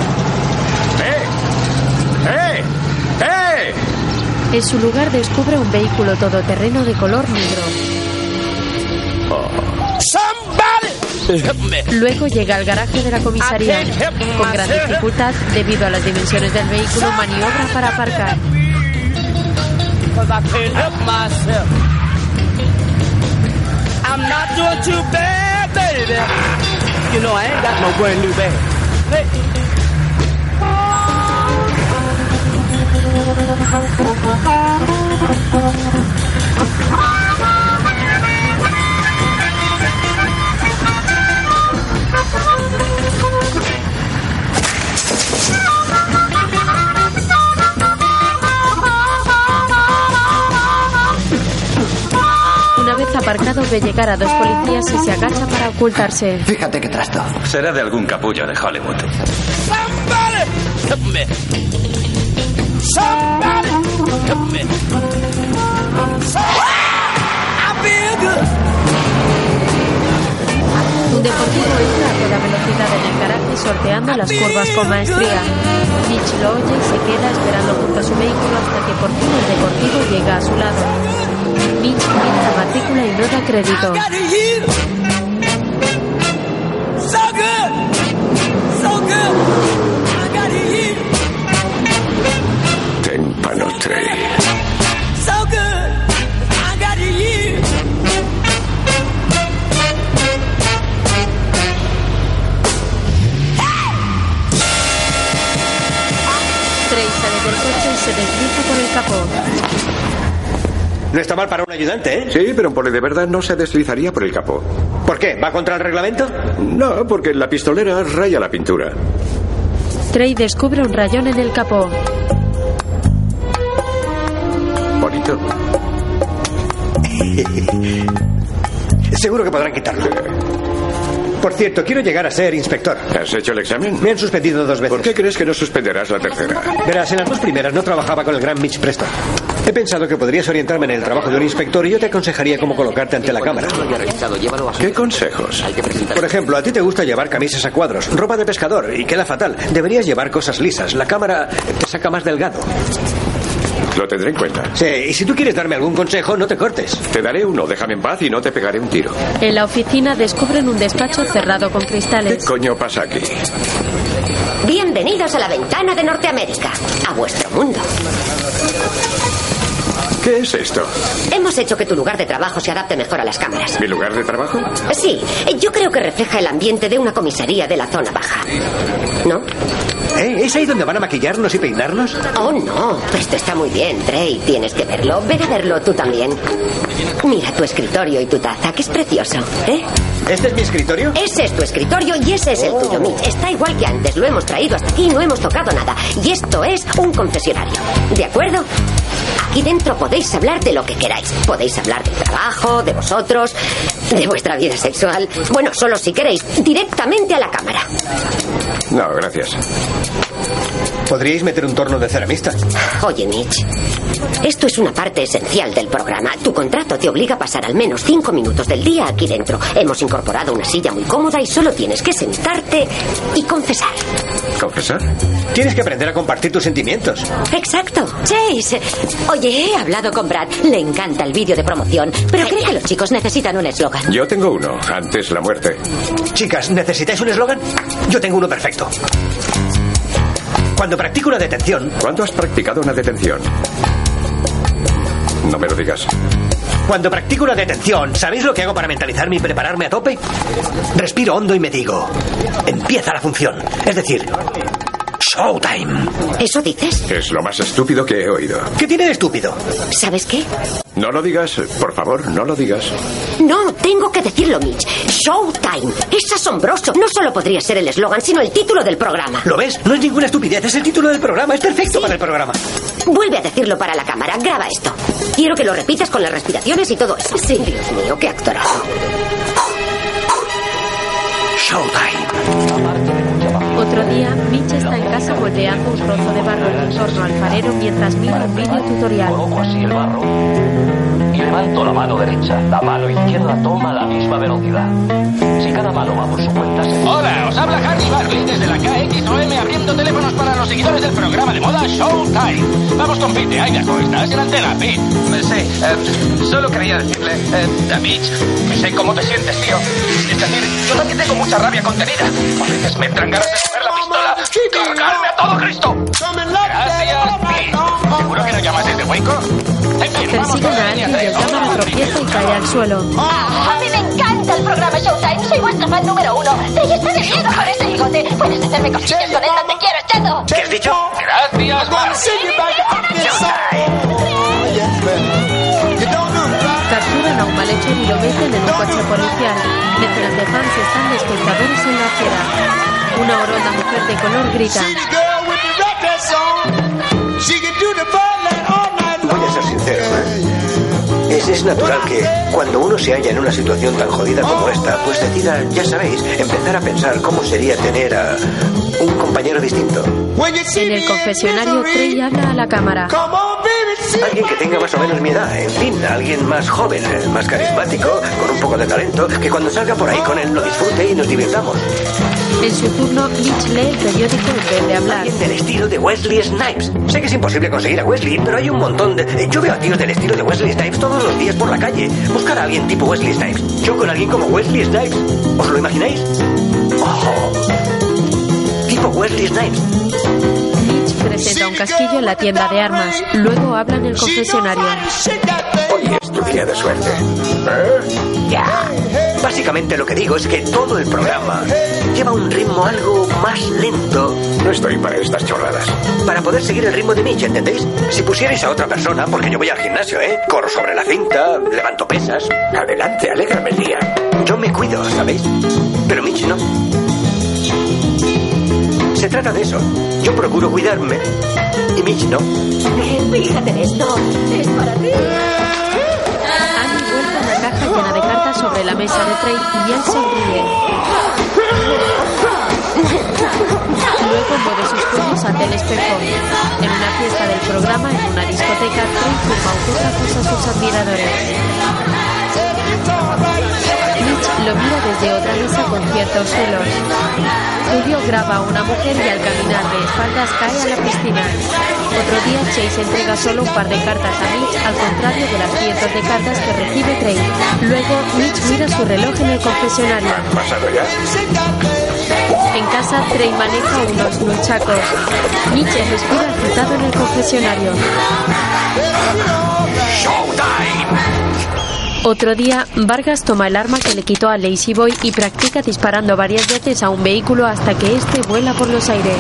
En su lugar descubre un vehículo todoterreno de color negro. Luego llega al garaje de la comisaría. Con gran dificultad, debido a las dimensiones del vehículo, maniobra para aparcar. I'm not doing too bad, baby. You know I ain't got no brand new bag. Hey. Una vez aparcado, ve llegar a 2 policías y se agacha para ocultarse. Fíjate qué trasto. Será de algún capullo de Hollywood. Somebody help me. Somebody help me. I feel good. Un deportivo entra a toda velocidad en el garaje sorteando las curvas con maestría. Mitch lo oye y se queda esperando junto a su vehículo hasta que por fin el deportivo llega a su lado. Mitch mira la matrícula y no da crédito. So good. So good. I got it here. Témpano Trey. So good. I got it here. Trey sale del coche y se desliza por el capó. No está mal para un ayudante, ¿eh? Sí, pero un poli de verdad no se deslizaría por el capó. ¿Por qué? ¿Va contra el reglamento? No, porque la pistolera raya la pintura. Trey descubre un rayón en el capó. Bonito. Seguro que podrán quitarlo. Por cierto, quiero llegar a ser inspector. ¿Has hecho el examen? Me han suspendido 2 veces. ¿Por qué crees que no suspenderás la tercera? Verás, en las 2 primeras no trabajaba con el gran Mitch Preston. He pensado que podrías orientarme en el trabajo de un inspector y yo te aconsejaría cómo colocarte ante la cámara. ¿Qué consejos? Por ejemplo, a ti te gusta llevar camisas a cuadros, ropa de pescador y queda fatal. Deberías llevar cosas lisas. La cámara te saca más delgado. Lo tendré en cuenta. Sí, y si tú quieres darme algún consejo, no te cortes. Te daré uno, déjame en paz y no te pegaré un tiro. En la oficina descubren un despacho cerrado con cristales. ¿Qué coño pasa aquí? Bienvenidos a la ventana de Norteamérica, a vuestro mundo. ¿Qué es esto? Hemos hecho que tu lugar de trabajo se adapte mejor a las cámaras. ¿Mi lugar de trabajo? Sí, yo creo que refleja el ambiente de una comisaría de la zona baja. ¿No? ¿Es ahí donde van a maquillarnos y peinarnos? Oh, no. Esto está muy bien, Trey. Tienes que verlo. Ven a verlo tú también. Mira tu escritorio y tu taza, que es precioso, ¿eh? ¿Este es mi escritorio? Ese es tu escritorio y ese es el tuyo, Mitch. Está igual que antes. Lo hemos traído hasta aquí y no hemos tocado nada. Y esto es un confesionario. ¿De acuerdo? Aquí dentro podéis hablar de lo que queráis. Podéis hablar del trabajo, de vosotros, de vuestra vida sexual. Bueno, solo si queréis, directamente a la cámara. No, gracias. ¿Podríais meter un torno de ceramista? Oye, Mitch, esto es una parte esencial del programa. Tu contrato te obliga a pasar al menos 5 minutos del día aquí dentro. Hemos incorporado una silla muy cómoda y solo tienes que sentarte y confesar. ¿Confesar? Tienes que aprender a compartir tus sentimientos. Exacto. Chase, oye, he hablado con Brad. Le encanta el vídeo de promoción, pero cree que los chicos necesitan un eslogan. Yo tengo uno, antes la muerte. Chicas, ¿necesitáis un eslogan? Yo tengo uno perfecto. Cuando practico una detención... ¿Cuándo has practicado una detención? No me lo digas. Cuando practico una detención, ¿sabéis lo que hago para mentalizarme y prepararme a tope? Respiro hondo y me digo, empieza la función. Es decir, showtime. ¿Eso dices? Es lo más estúpido que he oído. ¿Qué tiene de estúpido? ¿Sabes qué? No lo digas, por favor, no lo digas. No, tengo que decirlo, Mitch. Showtime. Es asombroso. No solo podría ser el eslogan, sino el título del programa. ¿Lo ves? No es ninguna estupidez, es el título del programa. Es perfecto para el programa. Vuelve a decirlo para la cámara. Graba esto. Quiero que lo repitas con las respiraciones y todo eso. Sí. Dios mío, qué actorazo. Showtime. Otro día, Mitch está en casa moldeando un trozo de barro en un horno alfarero mientras mira un vídeo tutorial. Coloco así el barro y levanto la mano derecha. La mano izquierda toma la misma velocidad. Si cada mano va por su cuenta... Hola, os habla Harry Barley desde la KXOM abriendo teléfonos para los seguidores del programa de moda Showtime. Vamos con Pete, Idaho, estás en antena, Pete. Sí, solo quería decirle a Mitch que sé cómo te sientes, tío. Es decir, yo también tengo mucha rabia contenida. A veces me entran ganas de coger la pistola y cargarme a todo Cristo. Gracias, Pete. ¿Seguro que no llamas desde Waco? Persiguen a alguien y el cámara tropieza y cae al suelo. A mí me encanta el programa Showtime. Soy vuestro fan número 1. Trey está de miedo con ese bigote. Puedes hacerme cosquillas con él. Te quiero, chato. ¿Qué has dicho? Gracias, Capturan a un malhechor y lo meten en un coche policial. Decenas de fans están de espectadores en la acera. Una oronda mujer de color grita. Voy a ser sincero, es natural que cuando uno se halla en una situación tan jodida como esta, pues decida, ya sabéis, empezar a pensar cómo sería tener a un compañero distinto. En el confesionario, Trey habla a la cámara. Alguien que tenga más o menos mi edad, en fin, alguien más joven, más carismático, con un poco de talento, que cuando salga por ahí con él lo disfrute y nos divirtamos. En su turno, Mitch lee el periódico en vez de hablar. Alguien del estilo de Wesley Snipes. Sé que es imposible conseguir a Wesley, pero hay un montón de... Yo veo a tíos del estilo de Wesley Snipes todos los días por la calle. Buscar a alguien tipo Wesley Snipes. Yo con alguien como Wesley Snipes. ¿Os lo imagináis? ¡Oh! Tipo Wesley Snipes. Mitch presenta un casquillo en la tienda de armas. Luego habla en el confesionario. Hoy es tu día de suerte. Ya. Básicamente lo que digo es que todo el programa lleva un ritmo algo más lento. No estoy para estas chorradas. Para poder seguir el ritmo de Mitch, ¿entendéis? Si pusierais a otra persona, porque yo voy al gimnasio, corro sobre la cinta, levanto pesas. Adelante, alégrame el día. Yo me cuido, ¿sabéis? Pero Mitch no. Se trata de eso. Yo procuro cuidarme y Mitch no. Fíjate en esto. Es para ti. la mesa de Trey y él sonríe. Luego mueve sus puños ante el espejo. En una fiesta del programa, en una discoteca, Trey firma autógrafos a sus admiradores. Mitch lo mira desde otra mesa con ciertos celos. Julio graba a una mujer y al caminar de espaldas cae a la piscina. Otro día Chase entrega solo un par de cartas a Mitch, al contrario de las cientos de cartas que recibe Trey. Luego Mitch mira su reloj en el confesionario. ¿Ha pasado ya? En casa, Trey maneja unos nunchakos. Mitch respira agitado en el confesionario. Otro día, Vargas toma el arma que le quitó a Lazy Boy y practica disparando varias veces a un vehículo hasta que éste vuela por los aires.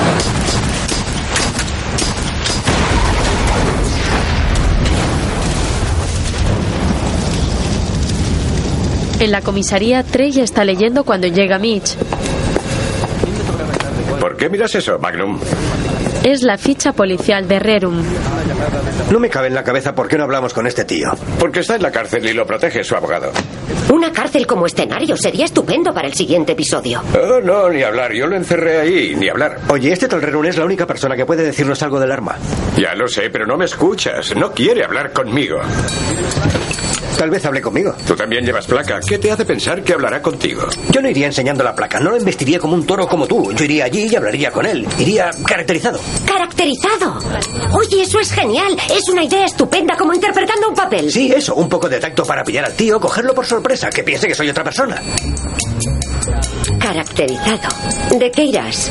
En la comisaría, Trey está leyendo cuando llega Mitch. ¿Por qué miras eso, Magnum? Es la ficha policial de Rerum. No me cabe en la cabeza por qué no hablamos con este tío. Porque está en la cárcel y lo protege su abogado. Una cárcel como escenario sería estupendo para el siguiente episodio. Oh, no, ni hablar. Yo lo encerré ahí, ni hablar. Oye, este tal Rerum es la única persona que puede decirnos algo del arma. Ya lo sé, pero no me escuchas. No quiere hablar conmigo. Tal vez hable conmigo. Tú también llevas placa. ¿Qué te hace pensar que hablará contigo? Yo no iría enseñando la placa. No lo embestiría como un toro como tú. Yo iría allí y hablaría con él. Iría caracterizado. ¡Caracterizado! Oye, eso es genial. Es una idea estupenda, como interpretando un papel. Sí, eso. Un poco de tacto para pillar al tío, cogerlo por sorpresa, que piense que soy otra persona. Caracterizado. ¿De qué irás?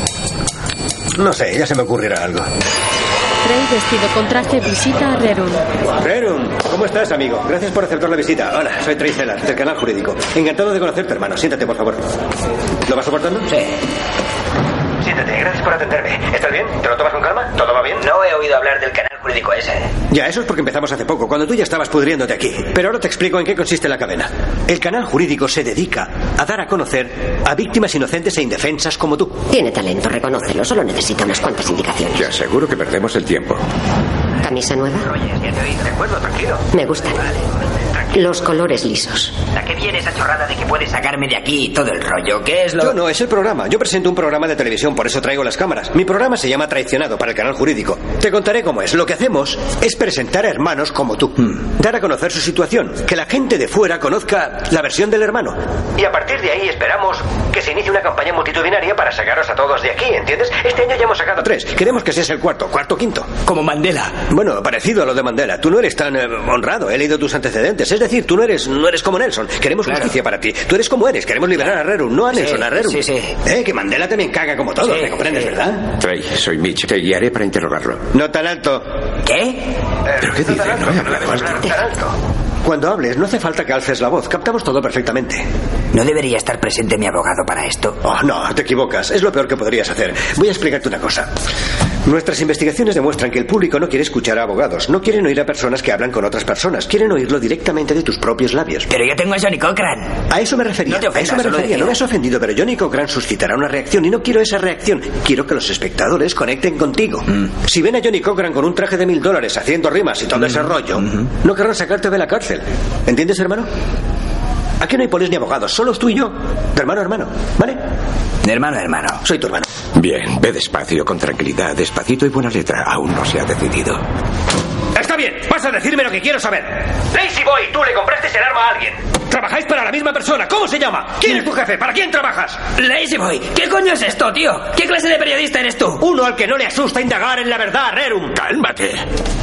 No sé, ya se me ocurrirá algo. Trey, vestido con traje, visita a Rerum. Rerum, ¿cómo estás, amigo? Gracias por aceptar la visita. Hola, soy Trey Sellers, del canal jurídico. Encantado de conocerte, hermano. Siéntate, por favor. ¿Lo vas soportando? Sí. Siéntate, gracias por atenderme. ¿Estás bien? ¿Te lo tomas con calma? ¿Todo va bien? No he oído hablar del canal jurídico ese. Ya, eso es porque empezamos hace poco, cuando tú ya estabas pudriéndote aquí. Pero ahora te explico en qué consiste la cadena. El canal jurídico se dedica a dar a conocer a víctimas inocentes e indefensas como tú. Tiene talento, reconócelo. Solo necesita unas cuantas indicaciones. Te aseguro que perdemos el tiempo. ¿Camisa nueva? Oye, ya te oí, de acuerdo, tranquilo. Me gustan. Los colores lisos. ¿A qué viene esa chorrada de que puedes sacarme de aquí y todo el rollo? ¿Qué es lo...? Yo no, es el programa. Yo presento un programa de televisión, por eso traigo las cámaras. Mi programa se llama Traicionado, para el canal jurídico. Te contaré cómo es. Lo que hacemos es presentar a hermanos como tú. Dar a conocer su situación. Que la gente de fuera conozca la versión del hermano. Y a partir de ahí esperamos que se inicie una campaña multitudinaria para sacaros a todos de aquí, ¿entiendes? Este año ya hemos sacado 3. Queremos que seas el cuarto, quinto. Como Mandela. Bueno, parecido a lo de Mandela. Tú no eres tan honrado. He leído tus antecedentes. Es decir, tú no eres como Nelson. Queremos justicia para ti. Tú eres como eres. Queremos liberar a Rerum, no a Nelson, a Rerum. Sí. Que Mandela también caga como todo. ¿Me comprendes, verdad? Trey, soy Mitch. Te guiaré para interrogarlo. No tan alto. ¿Qué? ¿Pero qué dice? No he hablado alto. Tan alto. Cuando hables, no hace falta que alces la voz. Captamos todo perfectamente. ¿No debería estar presente mi abogado para esto? Oh, no, te equivocas. Es lo peor que podrías hacer. Voy a explicarte una cosa. Nuestras investigaciones demuestran que el público no quiere escuchar a abogados. No quieren oír a personas que hablan con otras personas. Quieren oírlo directamente de tus propios labios. Pero yo tengo a Johnny Cochran. A eso me refería. No te ofendas, a eso me refería. No me has ofendido, pero Johnny Cochran suscitará una reacción y no quiero esa reacción. Quiero que los espectadores conecten contigo. Si ven a Johnny Cochran con un traje de $1000 haciendo rimas y todo ese rollo, no querrán sacarte de la cárcel. ¿Entiendes, hermano? Aquí no hay polis ni abogados, solo tú y yo. De hermano a hermano, ¿vale? De hermano a hermano. Soy tu hermano. Bien, ve despacio, con tranquilidad, despacito y buena letra. Aún no se ha decidido. Está bien, vas a decirme lo que quiero saber. Lazy Boy, tú le compraste el arma a alguien. Trabajáis para la misma persona. ¿Cómo se llama? ¿Quién es tu jefe? ¿Para quién trabajas? Lazy Boy, ¿qué coño es esto, tío? ¿Qué clase de periodista eres tú? Uno al que no le asusta indagar en la verdad, Rerum. Cálmate.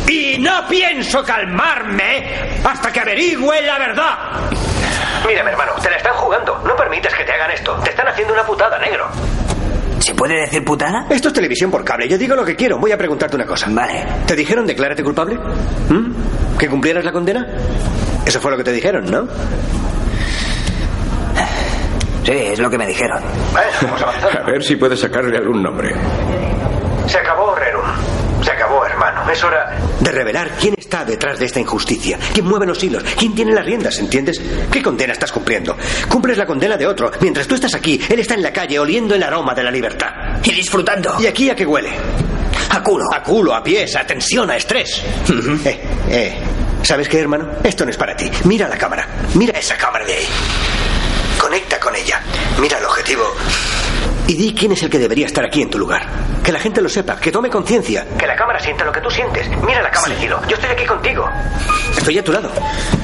Y no pienso calmarme hasta que averigüe la verdad. Mírame, hermano, te la están jugando. No permites que te hagan esto. Te están haciendo una putada, negro. ¿Se puede decir putada? Esto es televisión por cable. Yo digo lo que quiero. Voy a preguntarte una cosa. Vale. ¿Te dijeron declárate culpable? ¿Que cumplieras la condena? Eso fue lo que te dijeron, ¿no? Sí, es lo que me dijeron. Vamos avanzando. A ver si puedes sacarle algún nombre. Se acabó, Rerum. Se acabó, hermano. Es hora de revelar quién está detrás de esta injusticia. ¿Quién mueve los hilos? ¿Quién tiene las riendas? ¿Entiendes? ¿Qué condena estás cumpliendo? Cumples la condena de otro. Mientras tú estás aquí, él está en la calle oliendo el aroma de la libertad. Y disfrutando. ¿Y aquí a qué huele? A culo. A culo, a pies, a tensión, a estrés. ¿Sabes qué, hermano? Esto no es para ti. Mira la cámara. Mira esa cámara de ahí. Conecta con ella. Mira el objetivo. Y di quién es el que debería estar aquí en tu lugar. Que la gente lo sepa, que tome conciencia. Que la cámara sienta lo que tú sientes. Mira la cámara, Cilo. Yo estoy aquí contigo. Estoy a tu lado.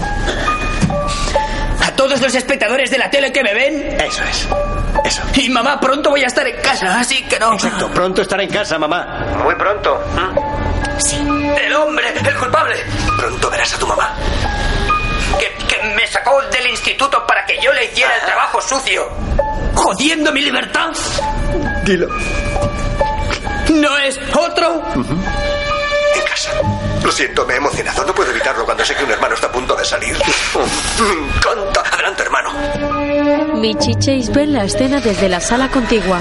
A todos los espectadores de la tele que me ven. Eso es. Eso. Y mamá, pronto voy a estar en casa, así que no. Exacto, pronto estará en casa, mamá. Muy pronto. Sí. El hombre, el culpable. Pronto verás a tu mamá. Que me sacó del instituto para que yo le hiciera el trabajo sucio. Jodiendo mi libertad. Dilo. ¿No es otro? En casa. Lo siento, me he emocionado. No puedo evitarlo cuando sé que un hermano está a punto de salir. Me encanta. Adelante, hermano. Mitch y Chase ven la escena desde la sala contigua.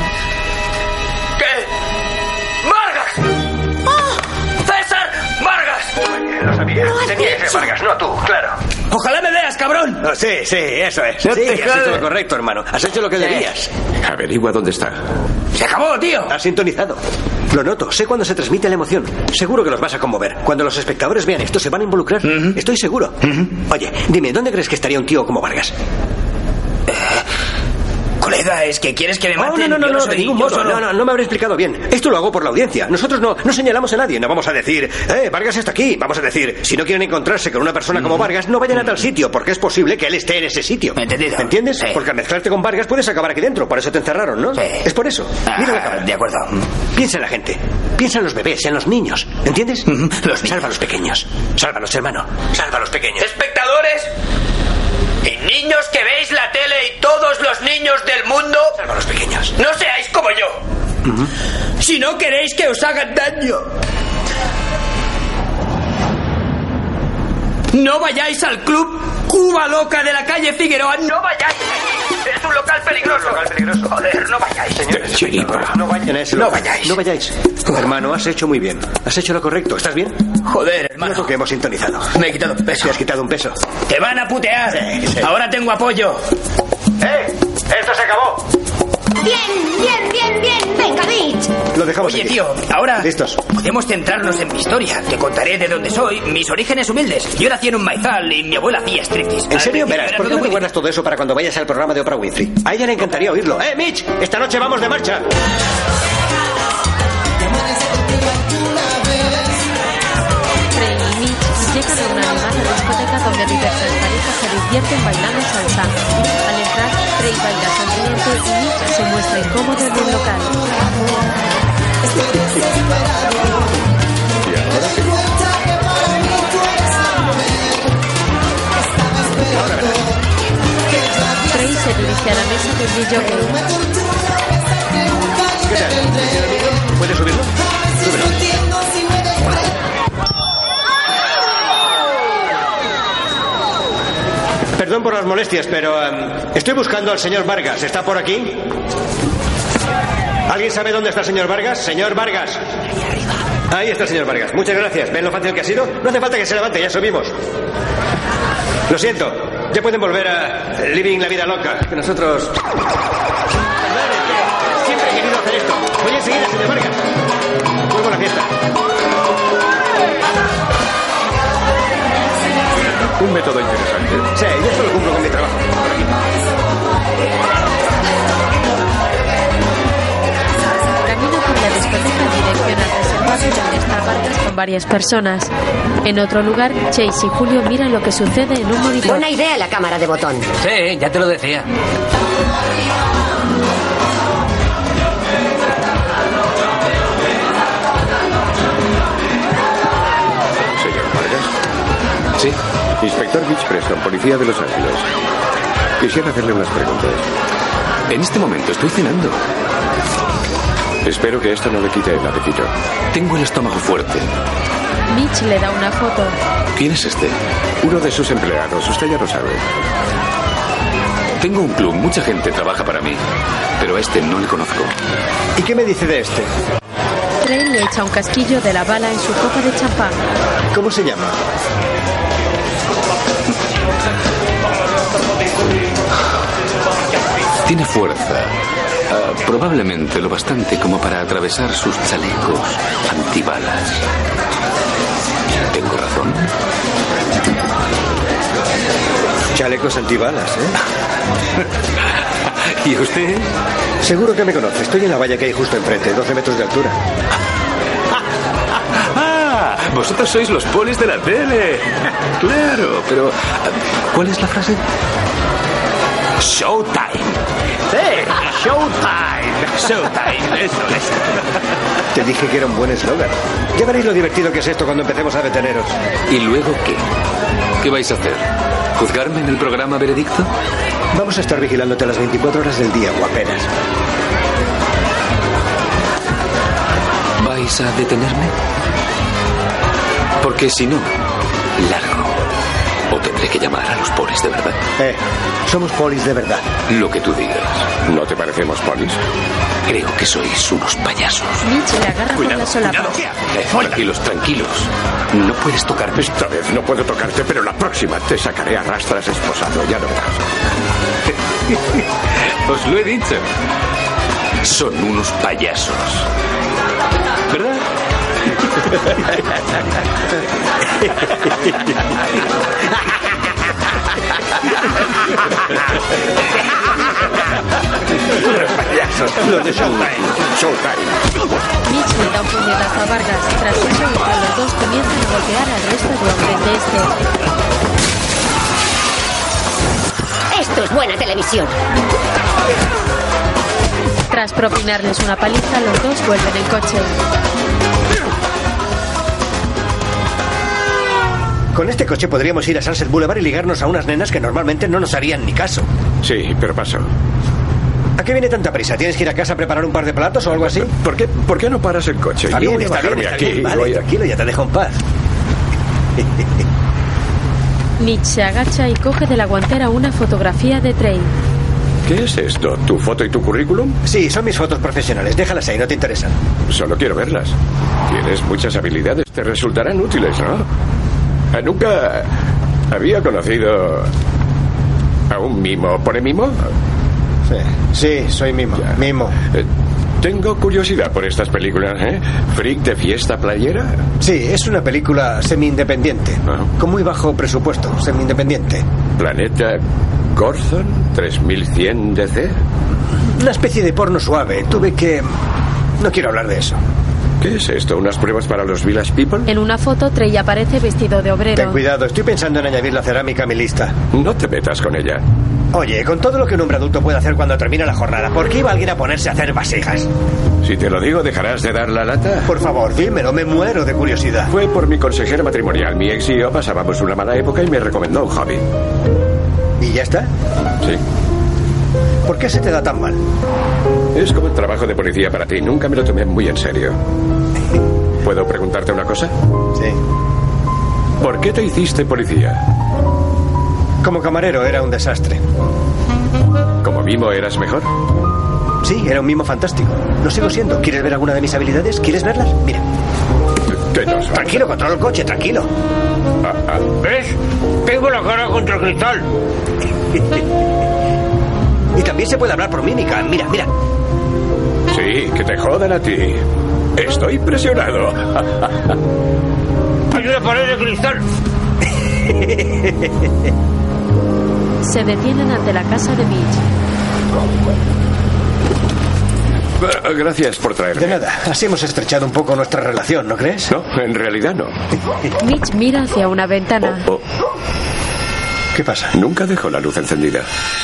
¿Qué? ¡Vargas! ¡Oh! ¡César Vargas! Lo sabía. Tenía que ser Vargas, no tú, claro. ¡Ojalá me veas, cabrón! Oh, sí, eso es. No sí, te has hecho lo correcto, hermano. Has hecho lo que debías. Averigua dónde está. ¡Se acabó, tío! Has sintonizado. Lo noto. Sé cuando se transmite la emoción. Seguro que los vas a conmover. Cuando los espectadores vean esto, se van a involucrar. Estoy seguro. Oye, dime, ¿dónde crees que estaría un tío como Vargas? Colega, ¿es que quieres que me maten? No, de ningún modo. No me habré explicado bien. Esto lo hago por la audiencia. Nosotros no señalamos a nadie. No vamos a decir, Vargas está aquí. Vamos a decir, si no quieren encontrarse con una persona como Vargas, no vayan a tal sitio, porque es posible que él esté en ese sitio. ¿Entendido? ¿Entiendes? Sí. Porque al mezclarte con Vargas puedes acabar aquí dentro. Por eso te encerraron, ¿no? Sí. Es por eso. Mira la cámara. De acuerdo. Piensa en la gente. Piensa en los bebés, en los niños. ¿Entiendes? Salva a los pequeños. Sálvalos, hermano. Salva a los pequeños. ¡Espectadores! Y niños que veis la tele y todos los niños del mundo. Salva a los pequeños. No seáis como yo. Si no queréis que os hagan daño. No vayáis al club Cuba Loca de la calle Figueroa. No vayáis. Es un local peligroso. Joder, no vayáis. Señores, no vayan a ese local. No vayáis. Hermano, has hecho muy bien. Has hecho lo correcto. ¿Estás bien? Joder, hermano. Noto que hemos sintonizado. Me he quitado un peso. ¿Te has quitado un peso? Te van a putear. Sí. Ahora tengo apoyo. ¡Esto se acabó! Bien. Venga, Mitch. Lo dejamos Oye, aquí. tío, ahora Listos. podemos centrarnos en mi historia. Te contaré de dónde soy, mis orígenes humildes. Yo nací en un maizal y mi abuela hacía striptease. ¿En serio? Verás, ¿por qué no te guardas todo eso para cuando vayas al programa de Oprah Winfrey? A ella le encantaría oírlo. Mitch! Esta noche vamos de marcha. Trey y Mitch llegan a una animada discoteca donde diversas parejas se divierten bailando salsa. Al entrar, Trey baila sonriente y Mitch se muestra incómodo en el local. ¿Y ahora qué? Trey se dirige a la mesa del DJ. ¿Qué tal? ¿Puedes subirlo? Súbelo. Perdón por las molestias, pero estoy buscando al señor Vargas. ¿Está por aquí? ¿Alguien sabe dónde está el señor Vargas? ¡Señor Vargas! Ahí está el señor Vargas. Muchas gracias. ¿Ven lo fácil que ha sido? No hace falta que se levante, ya subimos. Lo siento. Ya pueden volver a living la vida loca. Que nosotros... Siempre he querido hacer esto. Voy enseguida, señor Vargas. Vuelvo a la fiesta. Un método interesante. Sí, yo solo cumplo con mi trabajo. Camina por la discoteca en dirección al reservado donde está Vargas con varias personas. En otro lugar, Chase y Julio miran lo que sucede en un monitor. Buena idea la cámara de botón. Sí, ya te lo decía. Señor Vargas. Sí. Inspector Mitch Preston, policía de Los Ángeles. Quisiera hacerle unas preguntas. En este momento estoy cenando. Espero que esto no le quite el apetito. Tengo el estómago fuerte. Mitch le da una foto. ¿Quién es este? Uno de sus empleados, usted ya lo sabe. Tengo un club, mucha gente trabaja para mí, pero a este no le conozco. ¿Y qué me dice de este? Trey le echa un casquillo de la bala en su copa de champán. ¿Cómo se llama? Tiene fuerza. Probablemente lo bastante como para atravesar sus chalecos antibalas. ¿Tengo razón? Chalecos antibalas, ¿eh? ¿Y usted? Seguro que me conoce. Estoy en la valla que hay justo enfrente, 12 metros de altura. ¡Ah! Vosotros sois los polis de la tele. Claro, pero... ¿cuál es la frase? Showtime. ¡Sí! ¡Showtime! Showtime, eso es. Te dije que era un buen eslogan. Ya veréis lo divertido que es esto cuando empecemos a deteneros. ¿Y luego qué? ¿Qué vais a hacer? ¿Juzgarme en el programa Veredicto? Vamos a estar vigilándote las 24 horas del día, guaperas. ¿Vais a detenerme? Porque si no, largo. O tendré que llamar a los polis de verdad. Somos polis de verdad. Lo que tú digas. ¿No te parecemos polis? Creo que sois unos payasos. Mitch le agarra por la solapa. Tranquilos, tranquilos. No puedes tocarme. Esta vez no puedo tocarte, pero la próxima te sacaré a rastras esposado, ya lo verás. Os lo he dicho. Son unos payasos. ¿Verdad? Los de Showtime. Mitch le da un puñetazo a Vargas. Tras eso, los dos comienzan a golpear al resto de hombres de este. Esto es buena televisión. Tras propinarles una paliza, los dos vuelven en coche. Con este coche podríamos ir a Sunset Boulevard y ligarnos a unas nenas que normalmente no nos harían ni caso. Sí, pero paso. ¿A qué viene tanta prisa? ¿Tienes que ir a casa a preparar un par de platos o algo así? ¿Por qué no paras el coche? Está bien, está bien, aquí. Bien. Vale, tranquilo, ya te dejo en paz. Mitch se agacha y coge de la guantera una fotografía de Trey. ¿Qué es esto? ¿Tu foto y tu currículum? Sí, son mis fotos profesionales. Déjalas ahí, no te interesan. Solo quiero verlas. Tienes muchas habilidades. Te resultarán útiles, ¿no? Nunca había conocido a un mimo. ¿Pone mimo? Sí, soy mimo. Ya. Mimo. Tengo curiosidad por estas películas, ¿eh? ¿Freak de fiesta playera? Sí, es una película semi-independiente. Con muy bajo presupuesto, semi-independiente. ¿Planeta Gorthon 3100 DC? Una especie de porno suave. Tuve que... No quiero hablar de eso. ¿Qué es esto? ¿Unas pruebas para los Village People? En una foto, Trey aparece vestido de obrero. Ten cuidado, estoy pensando en añadir la cerámica a mi lista. No te metas con ella. Oye, con todo lo que un hombre adulto puede hacer cuando termina la jornada, ¿por qué iba alguien a ponerse a hacer vasijas? Si te lo digo, ¿dejarás de dar la lata? Por favor, dímelo, me muero de curiosidad. Fue por mi consejera matrimonial. Mi ex y yo pasábamos una mala época y me recomendó un hobby. ¿Y ya está? Sí. ¿Por qué se te da tan mal? Es como el trabajo de policía para ti. Nunca me lo tomé muy en serio. ¿Puedo preguntarte una cosa? Sí. ¿Por qué te hiciste policía? Como camarero era un desastre. ¿Como mimo eras mejor? Sí, era un mimo fantástico. Lo sigo siendo. ¿Quieres ver alguna de mis habilidades? ¿Quieres verlas? Mira. Tranquilo, controla el coche, tranquilo. ¿Ves? Tengo la cara contra el cristal. Y también se puede hablar por mímica. Mira, mira. Sí, que te jodan a ti. Estoy impresionado. Hay una pared de cristal. Se detienen ante la casa de Mitch. Gracias por traerme. De nada, así hemos estrechado un poco nuestra relación, ¿no crees? No, en realidad no. Mitch mira hacia una ventana. ¿Qué pasa? Nunca dejo la luz encendida.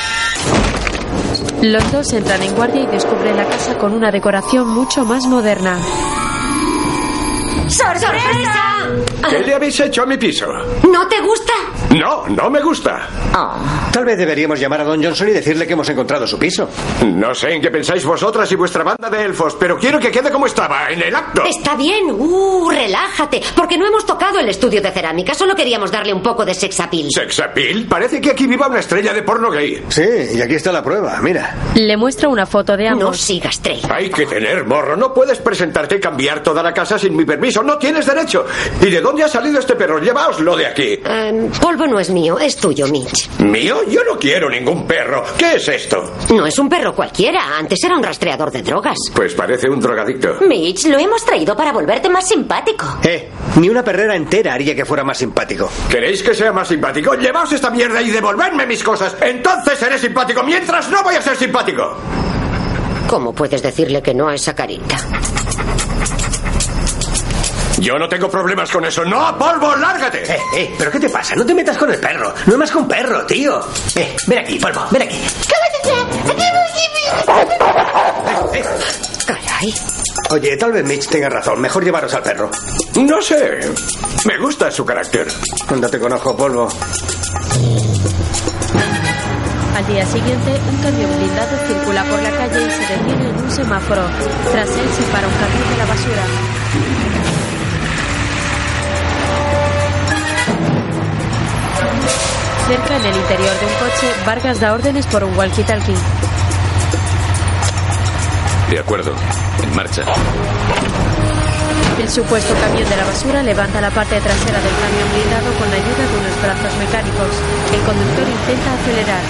Los dos entran en guardia y descubren la casa con una decoración mucho más moderna. ¡Sorpresa! ¿Qué le habéis hecho a mi piso? ¿No te gusta? No, no me gusta. Tal vez deberíamos llamar a Don Johnson y decirle que hemos encontrado su piso. No sé en qué pensáis vosotras y vuestra banda de elfos, pero quiero que quede como estaba, en el acto. Está bien, relájate, porque no hemos tocado el estudio de cerámica, solo queríamos darle un poco de sex appeal. ¿Sex appeal? Parece que aquí viva una estrella de porno gay. Sí, y aquí está la prueba, mira. Le muestra una foto de ambos. No sigas, Trey. Hay que tener morro, no puedes presentarte y cambiar toda la casa sin mi permiso, no tienes derecho. ¿Y de dónde ha salido este perro? Llevaoslo de aquí. Paul polvo no es mío, es tuyo, Mitch. ¿Mío? Yo no quiero ningún perro. ¿Qué es esto? No es un perro cualquiera. Antes era un rastreador de drogas. Pues parece un drogadicto. Mitch, lo hemos traído para volverte más simpático. Ni una perrera entera haría que fuera más simpático. ¿Queréis que sea más simpático? Llevaos esta mierda y devolvedme mis cosas. Entonces seré simpático, mientras no voy a ser simpático. ¿Cómo puedes decirle que no a esa carita? Yo no tengo problemas con eso. ¡No, polvo, lárgate! ¿Pero qué te pasa? No te metas con el perro. No es más que un perro, tío. Ven aquí, polvo, ven aquí. Caray. Oye, tal vez Mitch tenga razón. Mejor llevaros al perro. No sé. Me gusta su carácter. Ándate con ojo, polvo. Al día siguiente, un camión blindado circula por la calle y se detiene en un semáforo. Tras él se para un camión de la basura. Cerca, en el interior de un coche, Vargas da órdenes por un walkie-talkie. De acuerdo. En marcha. El supuesto camión de la basura levanta la parte trasera del camión blindado con la ayuda de unos brazos mecánicos. El conductor intenta acelerar.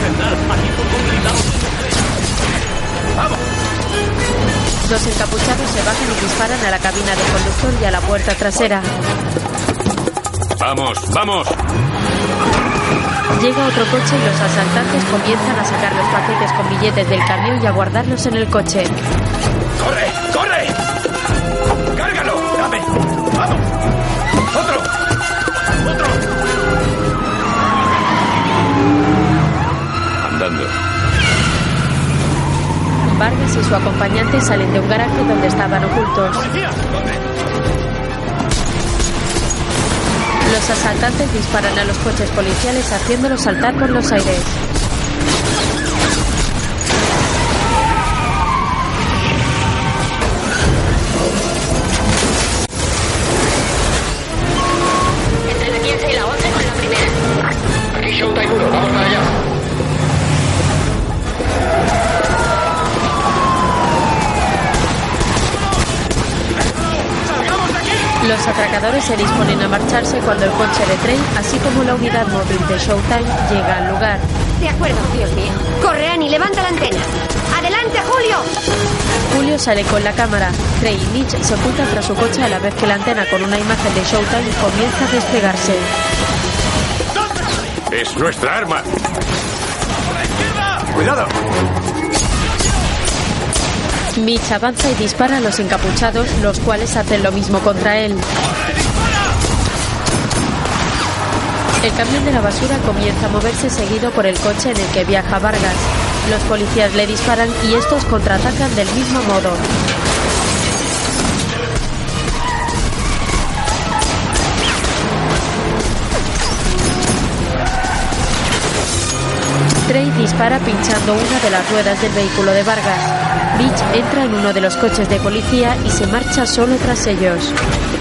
¡Vamos! Dos encapuchados se bajan y disparan a la cabina del conductor y a la puerta trasera. ¡Vamos, vamos! Llega otro coche y los asaltantes comienzan a sacar los paquetes con billetes del camión y a guardarlos en el coche. ¡Corre! ¡Corre! ¡Cárgalo! ¡Dame! ¡Vamos! ¡Otro! ¡Otro! Andando. Vargas y su acompañante salen de un garaje donde estaban ocultos. ¡Policía! ¿Dónde? Los asaltantes disparan a los coches policiales haciéndolos saltar por los aires. Entre la 15 y la 11 con la primera. Aquí Showtime 1, vamos para allá. Los atracadores se disponen a marcharse cuando el coche de tren, así como la unidad móvil de Showtime, llega al lugar. De acuerdo, Dios mío. Corre, Annie, levanta la antena. ¡Adelante, Julio! Julio sale con la cámara. Trey y Mitch se ocultan tras su coche a la vez que la antena con una imagen de Showtime comienza a desplegarse. ¡Es nuestra arma! ¡Cuidado! Mitch avanza y dispara a los encapuchados, los cuales hacen lo mismo contra él. El camión de la basura comienza a moverse seguido por el coche en el que viaja Vargas. Los policías le disparan y estos contraatacan del mismo modo. Trey dispara pinchando una de las ruedas del vehículo de Vargas. Mitch entra en uno de los coches de policía y se marcha solo tras ellos.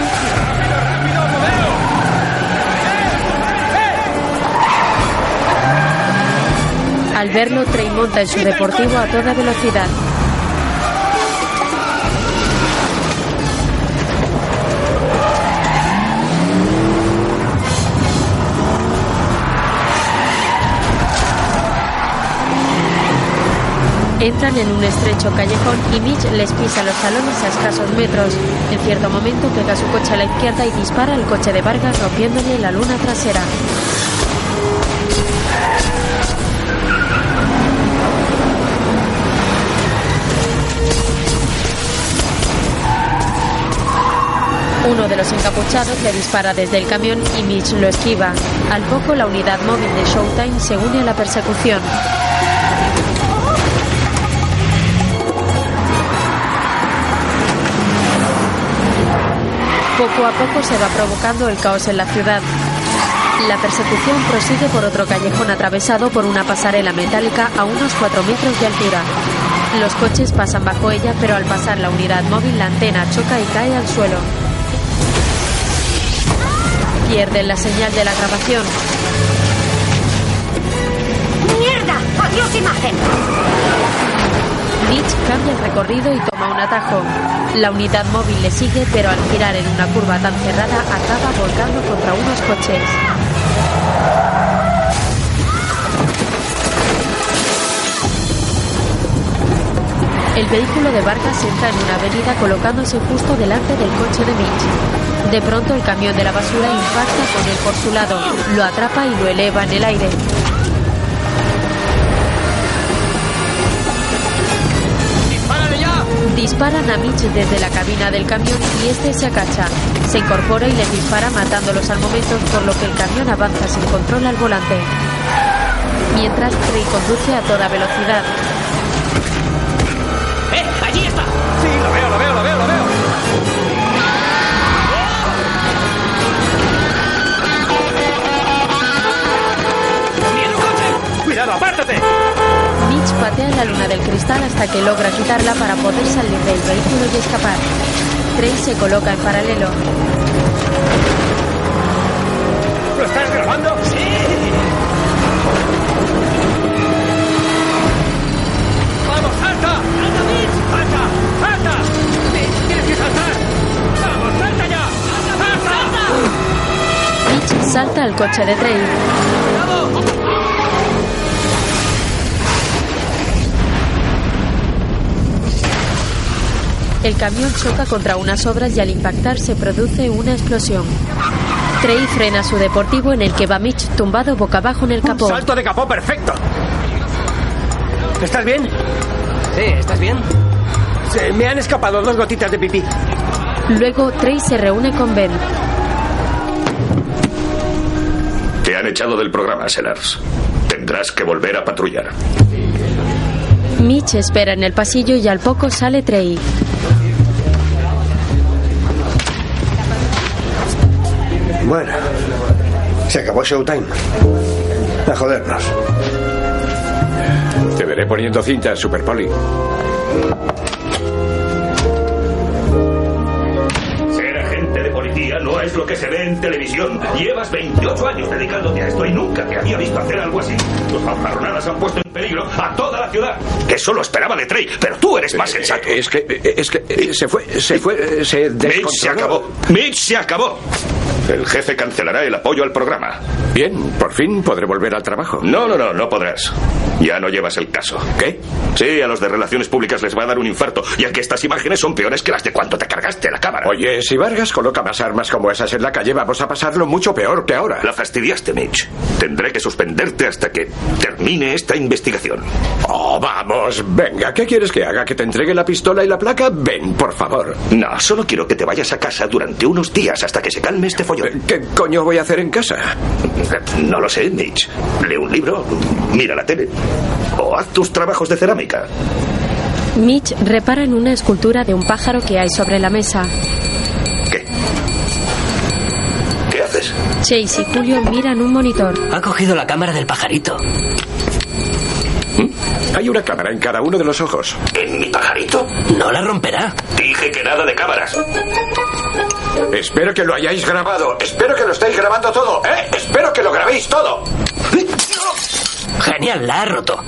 Al verlo, Trey monta en su deportivo a toda velocidad. Entran en un estrecho callejón y Mitch les pisa los talones a escasos metros. En cierto momento pega su coche a la izquierda y dispara al coche de Vargas, rompiéndole la luna trasera. Uno de los encapuchados le dispara desde el camión y Mitch lo esquiva. Al poco, la unidad móvil de Showtime se une a la persecución. Poco a poco se va provocando el caos en la ciudad. La persecución prosigue por otro callejón atravesado por una pasarela metálica a unos 4 metros de altura. Los coches pasan bajo ella, pero al pasar la unidad móvil, la antena choca y cae al suelo. Pierden la señal de la grabación. ¡Mierda! ¡Adiós, imagen! Mitch cambia el recorrido y toma un atajo. La unidad móvil le sigue, pero al girar en una curva tan cerrada acaba volcando contra unos coches. El vehículo de Vargas entra en una avenida colocándose justo delante del coche de Mitch. De pronto el camión de la basura impacta con él por su lado, lo atrapa y lo eleva en el aire. Disparan a Mitch desde la cabina del camión y este se agacha. Se incorpora y les dispara matándolos al momento, por lo que el camión avanza sin control al volante. Mientras Trey conduce a toda velocidad. ¡Allí está! Sí, lo veo. ¡Viene un coche! ¡Cuidado, apártate! Mitch patea la luna del cristal hasta que logra quitarla para poder salir del vehículo y escapar. Trey se coloca en paralelo. ¿Lo estás grabando? ¡Sí! ¡Vamos, salta! ¡Salta, Mitch! ¡Salta! Mitch, tienes que saltar. ¡Vamos, salta ya! ¡Salta! Mitch salta al coche de Trey. El camión choca contra unas obras y al impactar se produce una explosión. Trey frena su deportivo en el que va Mitch tumbado boca abajo en el capó. ¡Un salto de capó perfecto! ¿Estás bien? Sí, ¿estás bien? Se me han escapado 2 gotitas de pipí. Luego Trey se reúne con Ben. Te han echado del programa, Sellers. Tendrás que volver a patrullar. Mitch espera en el pasillo y al poco sale Trey. Bueno, se acabó Showtime. A jodernos. Te veré poniendo cintas, Super Poli. Ser agente de policía no es lo que se ve en televisión. Llevas 28 años dedicándote a esto y nunca te había visto hacer algo así. Tus fanfarronadas han puesto en peligro a toda la ciudad. Eso lo esperaba de Trey, pero tú eres más sensato. Es que se descontroló. Mitch se acabó. Mitch se acabó. El jefe cancelará el apoyo al programa. Bien, por fin podré volver al trabajo. No podrás. Ya no llevas el caso. ¿Qué? Sí, a los de Relaciones Públicas les va a dar un infarto, ya que estas imágenes son peores que las de cuando te cargaste la cámara. Oye, si Vargas coloca más armas como esas en la calle, vamos a pasarlo mucho peor que ahora. La fastidiaste, Mitch. Tendré que suspenderte hasta que termine esta investigación. Oh, vamos. Venga, ¿qué quieres que haga? ¿Que te entregue la pistola y la placa? Ven, por favor. No, solo quiero que te vayas a casa durante unos días hasta que se calme este follón. ¿Qué coño voy a hacer en casa? No lo sé, Mitch. Lee un libro, mira la tele o haz tus trabajos de cerámica. Mitch repara en una escultura de un pájaro que hay sobre la mesa. ¿Qué haces? Chase y Julio miran un monitor. Ha cogido la cámara del pajarito. Hay una cámara en cada uno de los ojos. ¿En mi pajarito? No la romperá. Dije que nada de cámaras. Espero que lo hayáis grabado. Espero que lo estéis grabando todo. Espero que lo grabéis todo. Genial, la ha roto.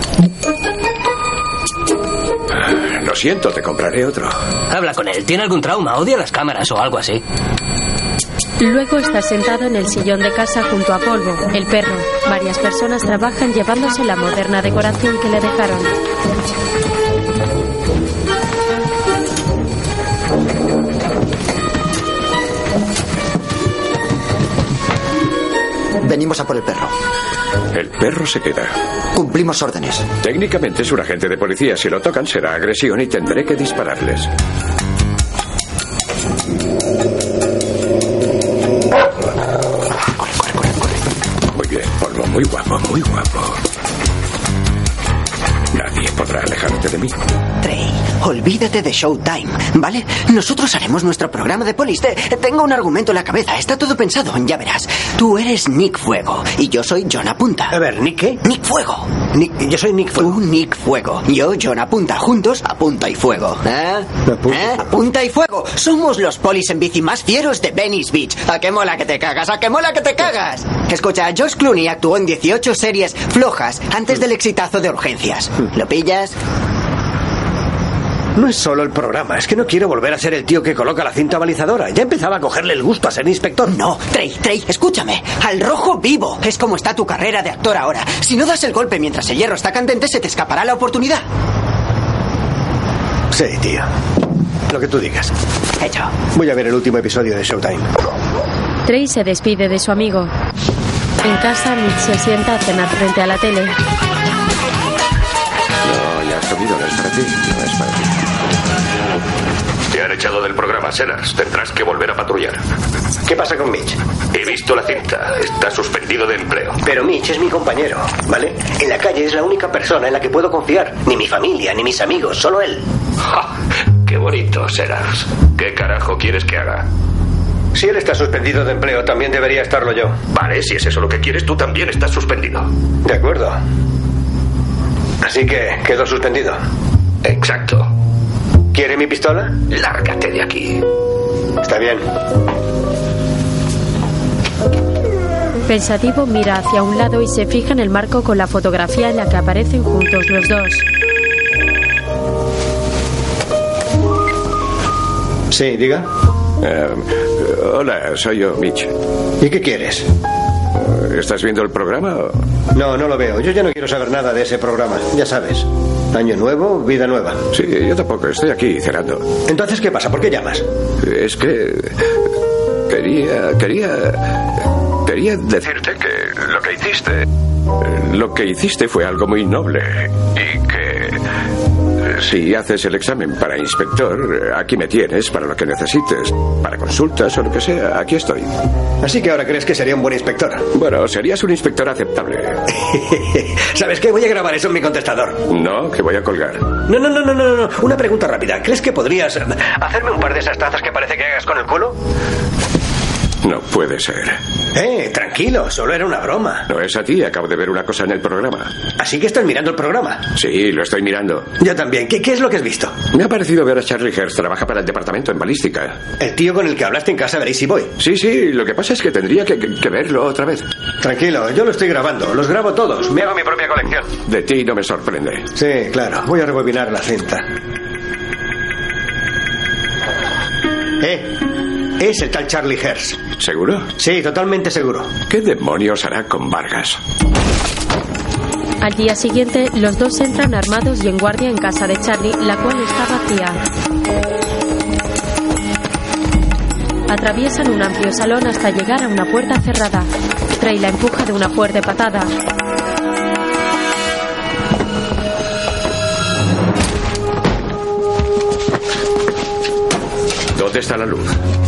Lo siento, te compraré otro. Habla con él. ¿Tiene algún trauma? ¿Odia las cámaras o algo así? Luego está sentado en el sillón de casa junto a Polvo, el perro. Varias personas trabajan llevándose la moderna decoración que le dejaron. Venimos a por el perro. El perro se queda. Cumplimos órdenes. Técnicamente es un agente de policía. Si lo tocan será agresión y tendré que dispararles. Muy bien, Polvo, muy guapo, muy guapo. Nadie podrá alejarte de mí. Trey, olvídate de Showtime, ¿vale? Nosotros haremos nuestro programa de polis. Tengo un argumento en la cabeza, está todo pensado, ya verás. Tú eres Nick Fuego y yo soy John Apunta. A ver, ¿Nick qué? Nick Fuego. Yo soy Nick Fuego. Tú, Nick Fuego. Yo, John Apunta. Juntos, Apunta y Fuego. Apunta y Fuego. Somos los polis en bici más fieros de Venice Beach. ¿A qué mola que te cagas? ¿A qué mola que te cagas? Escucha, George Clooney actuó en 18 series flojas antes del exitazo de Urgencias. ¿Lo pillas? No es solo el programa, es que no quiero volver a ser el tío que coloca la cinta balizadora. Ya empezaba a cogerle el gusto a ser inspector. No, Trey, escúchame. Al rojo vivo. Es como está tu carrera de actor ahora. Si no das el golpe mientras el hierro está candente, se te escapará la oportunidad. Sí, tío. Lo que tú digas. Hecho. Voy a ver el último episodio de Showtime. Trey se despide de su amigo. En casa, Mitch se sienta a cenar frente a la tele. No, ya has comido, no es para ti. No es para ti. Te han echado del programa, Sellers. Tendrás que volver a patrullar. ¿Qué pasa con Mitch? He visto la cinta. Está suspendido de empleo. Pero Mitch es mi compañero, ¿vale? En la calle es la única persona en la que puedo confiar. Ni mi familia, ni mis amigos, solo él. ¡Ja! ¡Qué bonito, Sellers! ¿Qué carajo quieres que haga? Si él está suspendido de empleo, también debería estarlo yo. Vale, si es eso lo que quieres, tú también estás suspendido. De acuerdo. Así que quedo suspendido. Exacto. ¿Quiere mi pistola? Lárgate de aquí. Está bien. Pensativo, mira hacia un lado y se fija en el marco con la fotografía en la que aparecen juntos los dos. Sí, diga. Hola, soy yo, Mitch. ¿Y qué quieres? ¿Estás viendo el programa o...? No, no lo veo. Yo ya no quiero saber nada de ese programa. Ya sabes. Año nuevo, vida nueva. Sí, yo tampoco. Estoy aquí cenando. Entonces, ¿qué pasa? ¿Por qué llamas? Es que... Quería decirte que lo que hiciste fue algo muy noble y que si haces el examen para inspector, aquí me tienes para lo que necesites, para consultas o lo que sea, aquí estoy. Así que ahora crees que sería un buen inspector. Bueno, serías un inspector aceptable. ¿Sabes qué? Voy a grabar eso en mi contestador. No, que voy a colgar. No. Una pregunta rápida. ¿Crees que podrías hacerme un par de esas tazas que parece que hagas con el culo? No puede ser. Tranquilo, solo era una broma. No es a ti, acabo de ver una cosa en el programa. ¿Así que estás mirando el programa? Sí, lo estoy mirando. Yo también. ¿Qué es lo que has visto? Me ha parecido ver a Charlie Hertz, trabaja para el departamento en balística. ¿El tío con el que hablaste en casa de Lazy Boy? Sí, lo que pasa es que tendría que verlo otra vez. Tranquilo, yo lo estoy grabando, los grabo todos, me hago mi propia colección. De ti no me sorprende. Sí, claro, voy a rebobinar la cinta. Es el tal Charlie Hertz. ¿Seguro? Sí, totalmente seguro. ¿Qué demonios hará con Vargas? Al día siguiente, los dos entran armados y en guardia en casa de Charlie, la cual está vacía. Atraviesan un amplio salón hasta llegar a una puerta cerrada. Trey la empuja de una fuerte patada. ¿Dónde está la luz?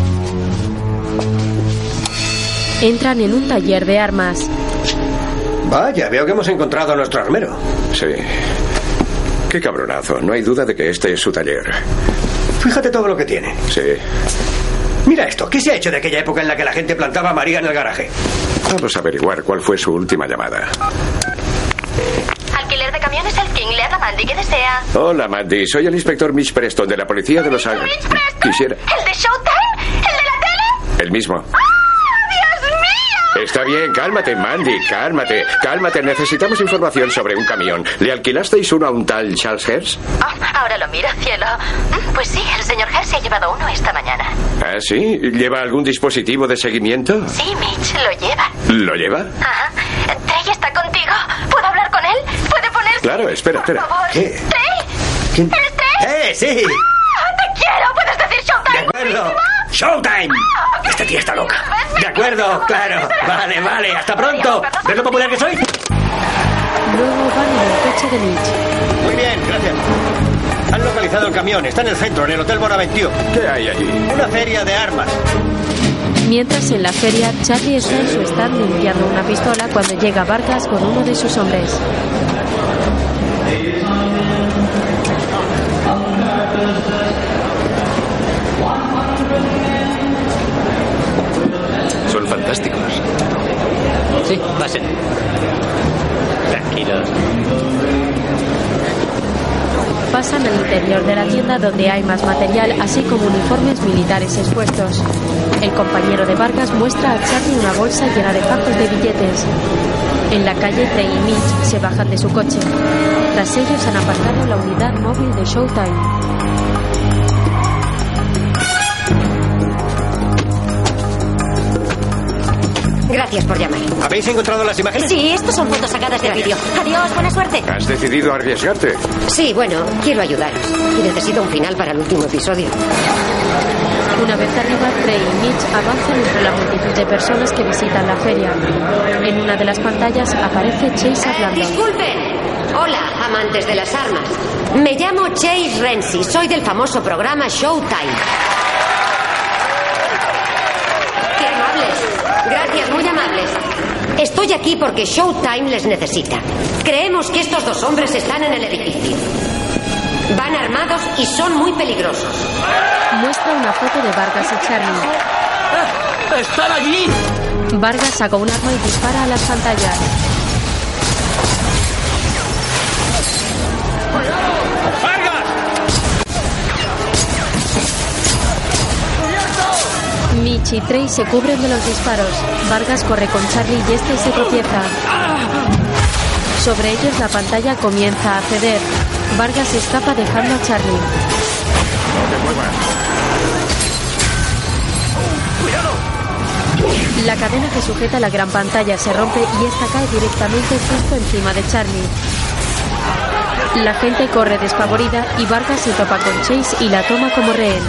Entran en un taller de armas. Vaya, veo que hemos encontrado a nuestro armero. Sí. Qué cabronazo. No hay duda de que este es su taller. Fíjate todo lo que tiene. Sí. Mira esto. ¿Qué se ha hecho de aquella época en la que la gente plantaba a María en el garaje? Vamos a averiguar cuál fue su última llamada. Alquiler de camiones El King. Le habla Mandy. ¿Qué desea? Hola, Mandy. Soy el inspector Mitch Preston de la policía de Los Ángeles. ¿Mitch Preston? Quisiera... ¿El de Showtime? ¿El de la tele? El mismo. ¡Dios mío! Está bien, cálmate, Mandy, cálmate. Necesitamos información sobre un camión. ¿Le alquilasteis uno a un tal Charles Hertz? Ahora lo miro, cielo. Pues sí, el señor Hertz se ha llevado uno esta mañana. ¿Ah, sí? ¿Lleva algún dispositivo de seguimiento? Sí, Mitch, lo lleva. ¿Lo lleva? Ajá. ¿Trey está contigo? ¿Puedo hablar con él? ¿Puede poner...? Claro, espera. Por favor. ¿Qué? ¿Trey? ¿Quién? ¿Eres Trey? ¡Sí! ¡Te quiero! ¿Puedes decir Showtime? De acuerdo. ¡Showtime! Esta tía está loca. De acuerdo, claro. Vale. Hasta pronto. ¿Ves lo popular que soy? Luego van en el coche de Mitch. Muy bien, gracias. Han localizado el camión. Está en el centro, en el Hotel Bonaventure. ¿Qué hay allí? Una feria de armas. Mientras en la feria, Charlie está en su stand limpiando una pistola cuando llega Vargas con uno de sus hombres. Son fantásticos. Sí, pasen. Tranquilos. Pasan al interior de la tienda donde hay más material, así como uniformes militares expuestos. El compañero de Vargas muestra a Charlie una bolsa llena de fajos de billetes. En la calle, Trey y Mitch se bajan de su coche. Tras ellos han aparcado la unidad móvil de Showtime. Gracias. Gracias por llamar. ¿Habéis encontrado las imágenes? Sí, estos son fotos sacadas del vídeo. Adiós, buena suerte. ¿Has decidido arriesgarte? Sí, bueno, quiero ayudaros. Y necesito un final para el último episodio. Una vez arriba, Trey y Mitch avanzan entre la multitud de personas que visitan la feria. En una de las pantallas aparece Chase hablando. Disculpen. Hola, amantes de las armas. Me llamo Chase Renzi. Soy del famoso programa Showtime. ¡Qué amables! Gracias, muy amables. Estoy aquí porque Showtime les necesita. Creemos que estos dos hombres están en el edificio. Van armados y son muy peligrosos. Muestra una foto de Vargas y Charlie. ¡Están allí! Vargas saca un arma y dispara a las pantallas. Mitch y Trey se cubren de los disparos. Vargas corre con Charlie y este se tropieza. Sobre ellos la pantalla comienza a ceder. Vargas escapa dejando a Charlie. No te muevas. La cadena que sujeta la gran pantalla se rompe y esta cae directamente justo encima de Charlie. La gente corre despavorida y Vargas se topa con Chase y la toma como rehén.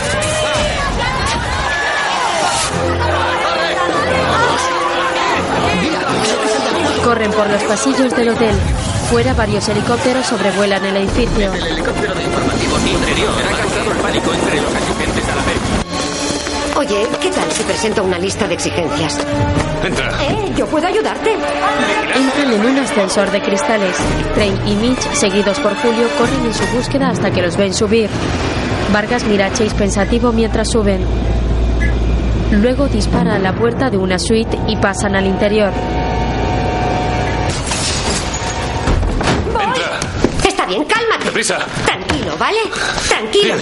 Corren por los pasillos del hotel. Fuera, varios helicópteros sobrevuelan el edificio. El helicóptero de informativos interior ha causado el pánico entre los asistentes a la feria. Oye, ¿qué tal si presento una lista de exigencias? Entra. Yo puedo ayudarte. Entran en un ascensor de cristales. Trey y Mitch, seguidos por Julio, corren en su búsqueda hasta que los ven subir. Vargas mira a Chase pensativo mientras suben. Luego dispara a la puerta de una suite y pasan al interior. Está bien, cálmate. ¡Deprisa! Tranquilo, ¿vale? Tranquilo.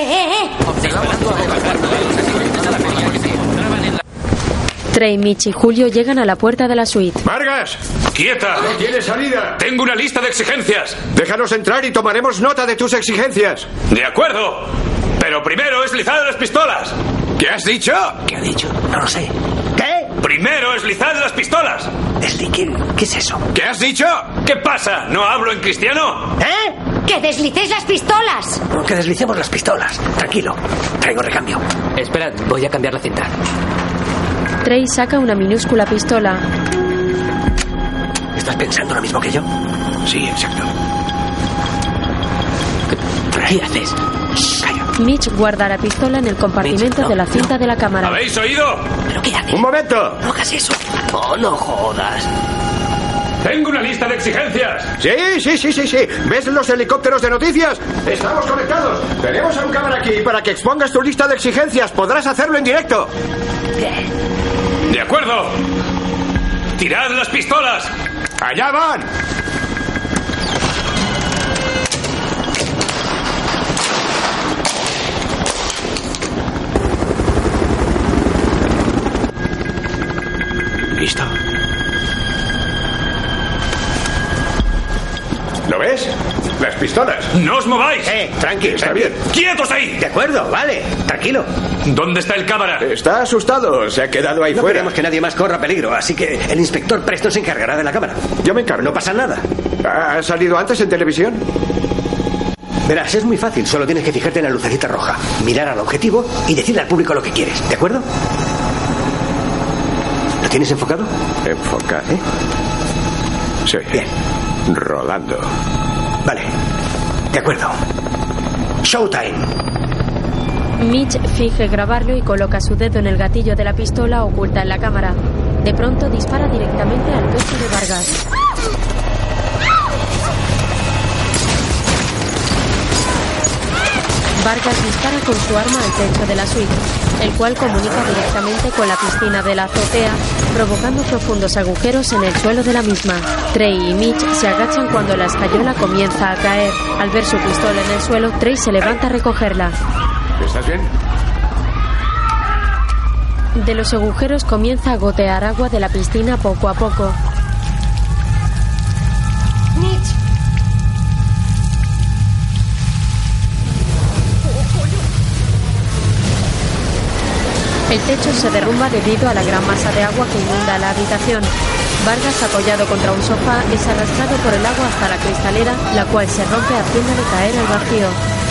Trey, Mitch y Julio llegan a la puerta de la suite. ¡Vargas! ¡Quieta! ¡No tienes salida! Tengo una lista de exigencias. Déjanos entrar y tomaremos nota de tus exigencias. De acuerdo. Pero primero eslizad las pistolas. ¿Qué has dicho? ¿Qué ha dicho? No lo sé. ¿Qué? Primero eslizad las pistolas. ¿Qué es eso? ¿Qué has dicho? ¿Qué pasa? ¿No hablo en cristiano? ¡Que deslicéis las pistolas! Que deslicemos las pistolas. Tranquilo. Traigo recambio. Esperad, voy a cambiar la cinta. Trey saca una minúscula pistola. ¿Estás pensando lo mismo que yo? Sí, exacto. ¿Qué haces? Calla. Mitch guarda la pistola en el compartimento de la cinta de la cámara. ¿Habéis oído? ¿Pero qué haces? ¡Un momento! No hagas eso. Oh, no jodas. Tengo una lista de exigencias. Sí. ¿Ves los helicópteros de noticias? Estamos conectados. Tenemos a un cámara aquí para que expongas tu lista de exigencias. Podrás hacerlo en directo. De acuerdo. Tirad las pistolas. ¡Allá van! ¿Listo? ¿Lo ves? Las pistolas. ¡No os mováis! Tranqui, Está bien. ¡Quietos ahí! De acuerdo, vale. Tranquilo. ¿Dónde está el cámara? Está asustado. Se ha quedado ahí No fuera. queremos que nadie más corra peligro, así que el inspector Presto se encargará de la cámara. Yo me encargo. No pasa nada. ¿Ha salido antes en televisión? Verás, es muy fácil. Solo tienes que fijarte en la lucecita roja, mirar al objetivo y decirle al público lo que quieres. ¿De acuerdo? ¿Lo tienes enfocado? Enfocar. Sí. Bien. Rodando. Vale. De acuerdo. Showtime. Mitch finge grabarlo y coloca su dedo en el gatillo de la pistola oculta en la cámara. De pronto dispara directamente al pecho de Vargas. Vargas dispara con su arma al techo de la suite, el cual comunica directamente con la piscina de la azotea, provocando profundos agujeros en el suelo de la misma. Trey y Mitch se agachan cuando la escayola comienza a caer. Al ver su pistola en el suelo, Trey se levanta a recogerla. ¿Estás bien? De los agujeros comienza a gotear agua de la piscina poco a poco. Mitch. El techo se derrumba debido a la gran masa de agua que inunda la habitación. Vargas, apoyado contra un sofá, es arrastrado por el agua hasta la cristalera, la cual se rompe haciéndole caer al vacío.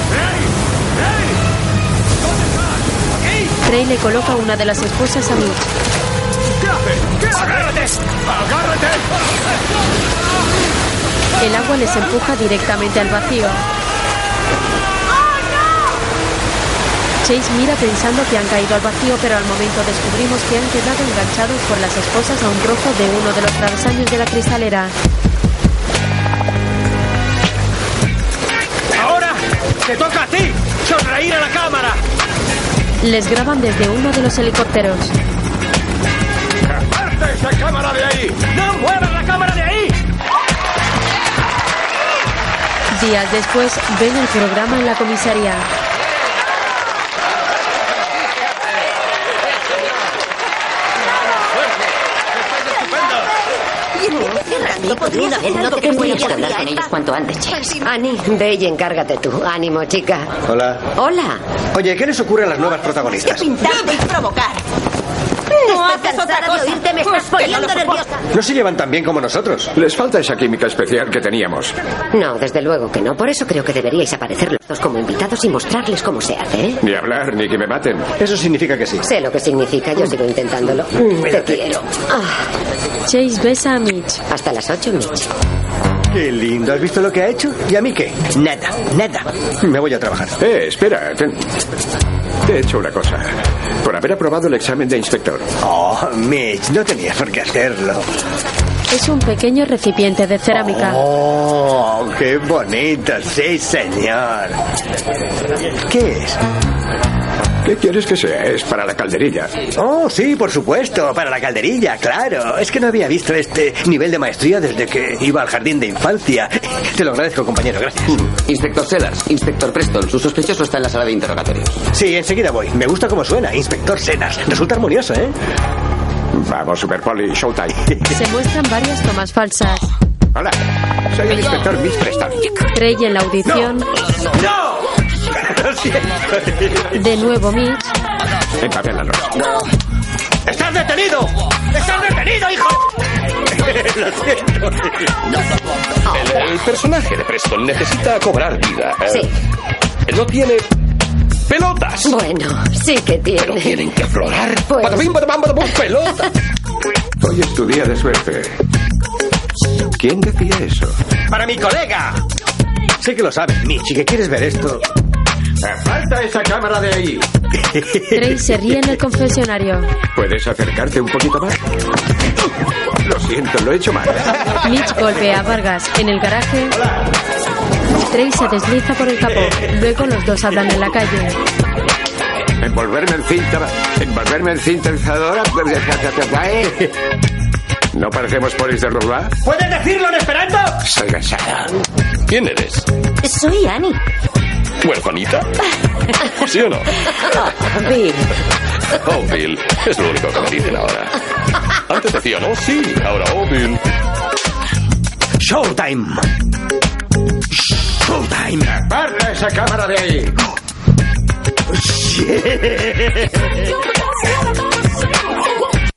Trey le coloca una de las esposas a Mitch. ¿Qué haces? ¡Agárrate! ¡Agárrate! El agua les empuja directamente al vacío. Chase mira pensando que han caído al vacío, pero al momento descubrimos que han quedado enganchados por las esposas a un trozo de uno de los travesaños de la cristalera. ¡Ahora te toca a ti! ¡Sonreír a la cámara! Les graban desde uno de los helicópteros. ¡Aparte esa cámara de ahí! ¡No muevas la cámara de ahí! Días después, ven el programa en la comisaría. No te tienes que hablar con ellos cuanto antes, Chase. Annie, ve y encárgate tú. Ánimo, chica. Hola. Hola. Oye, ¿qué les ocurre a las nuevas protagonistas? Pintarte y provocar. No haces otra cosa. Oírte, me estás poniendo nerviosa. No se llevan tan bien como nosotros. Les falta esa química especial que teníamos. No, desde luego que no. Por eso creo que deberíais aparecer los dos como invitados y mostrarles cómo se hace, ¿eh? Ni hablar, ni que me maten. Eso significa que sí. Sé lo que significa. Yo sigo intentándolo. Te quiero. Chase besa a Mitch. Hasta las 8, Mitch. Qué lindo. ¿Has visto lo que ha hecho? ¿Y a mí qué? Nada, nada. Me voy a trabajar. Espera. Te he hecho una cosa. Por haber aprobado el examen de inspector. Oh, Mitch, no tenías por qué hacerlo. Es un pequeño recipiente de cerámica. Oh, qué bonito. Sí, señor. ¿Qué es? ¿Qué quieres que sea? Es para la calderilla. Oh, sí, por supuesto, para la calderilla, claro. Es que no había visto este nivel de maestría desde que iba al jardín de infancia. Te lo agradezco, compañero, gracias. Inspector Sellars, Inspector Preston, su sospechoso está en la sala de interrogatorios. Sí, enseguida voy. Me gusta cómo suena, Inspector Sellars. Resulta armonioso, ¿eh? Vamos, Super Poli, showtime. Se muestran varias tomas falsas. Hola, soy el inspector Mitch Preston. Trey en la audición. ¡No! De nuevo Mitch. Empapélanos. ¡Estás detenido! ¡Estás detenido, hijo! Lo siento. El personaje de Preston necesita cobrar vida. Sí. No tiene pelotas. Bueno, sí que tiene. Pero tienen que aflorar. Pues... ¡Patapín, patapam, patapum, pelota! Hoy es tu día de suerte. ¿Quién decía eso? ¡Para mi colega! Sé que lo sabes, Mitch, y que quieres ver esto. ¡Aparta esa cámara de ahí! Trey se ríe en el confesionario. ¿Puedes acercarte un poquito más? Lo siento, lo he hecho mal. Mitch golpea a Vargas. En el garaje, Trey se desliza por el capó. Luego los dos hablan en la calle. Envolverme en cinta enzadora. ¿No parecemos polis de Rubá? ¿Puedes decirlo en esperanto? Soy cansada. ¿Quién eres? Soy Annie. ¿Huerfanita? ¿Sí o no? Bill. Oh, Bill. Es lo único que me dicen ahora. Antes decía, no, sí. Ahora, oh, Bill. Showtime. Showtime. ¡Aparta esa cámara de ahí! Yeah.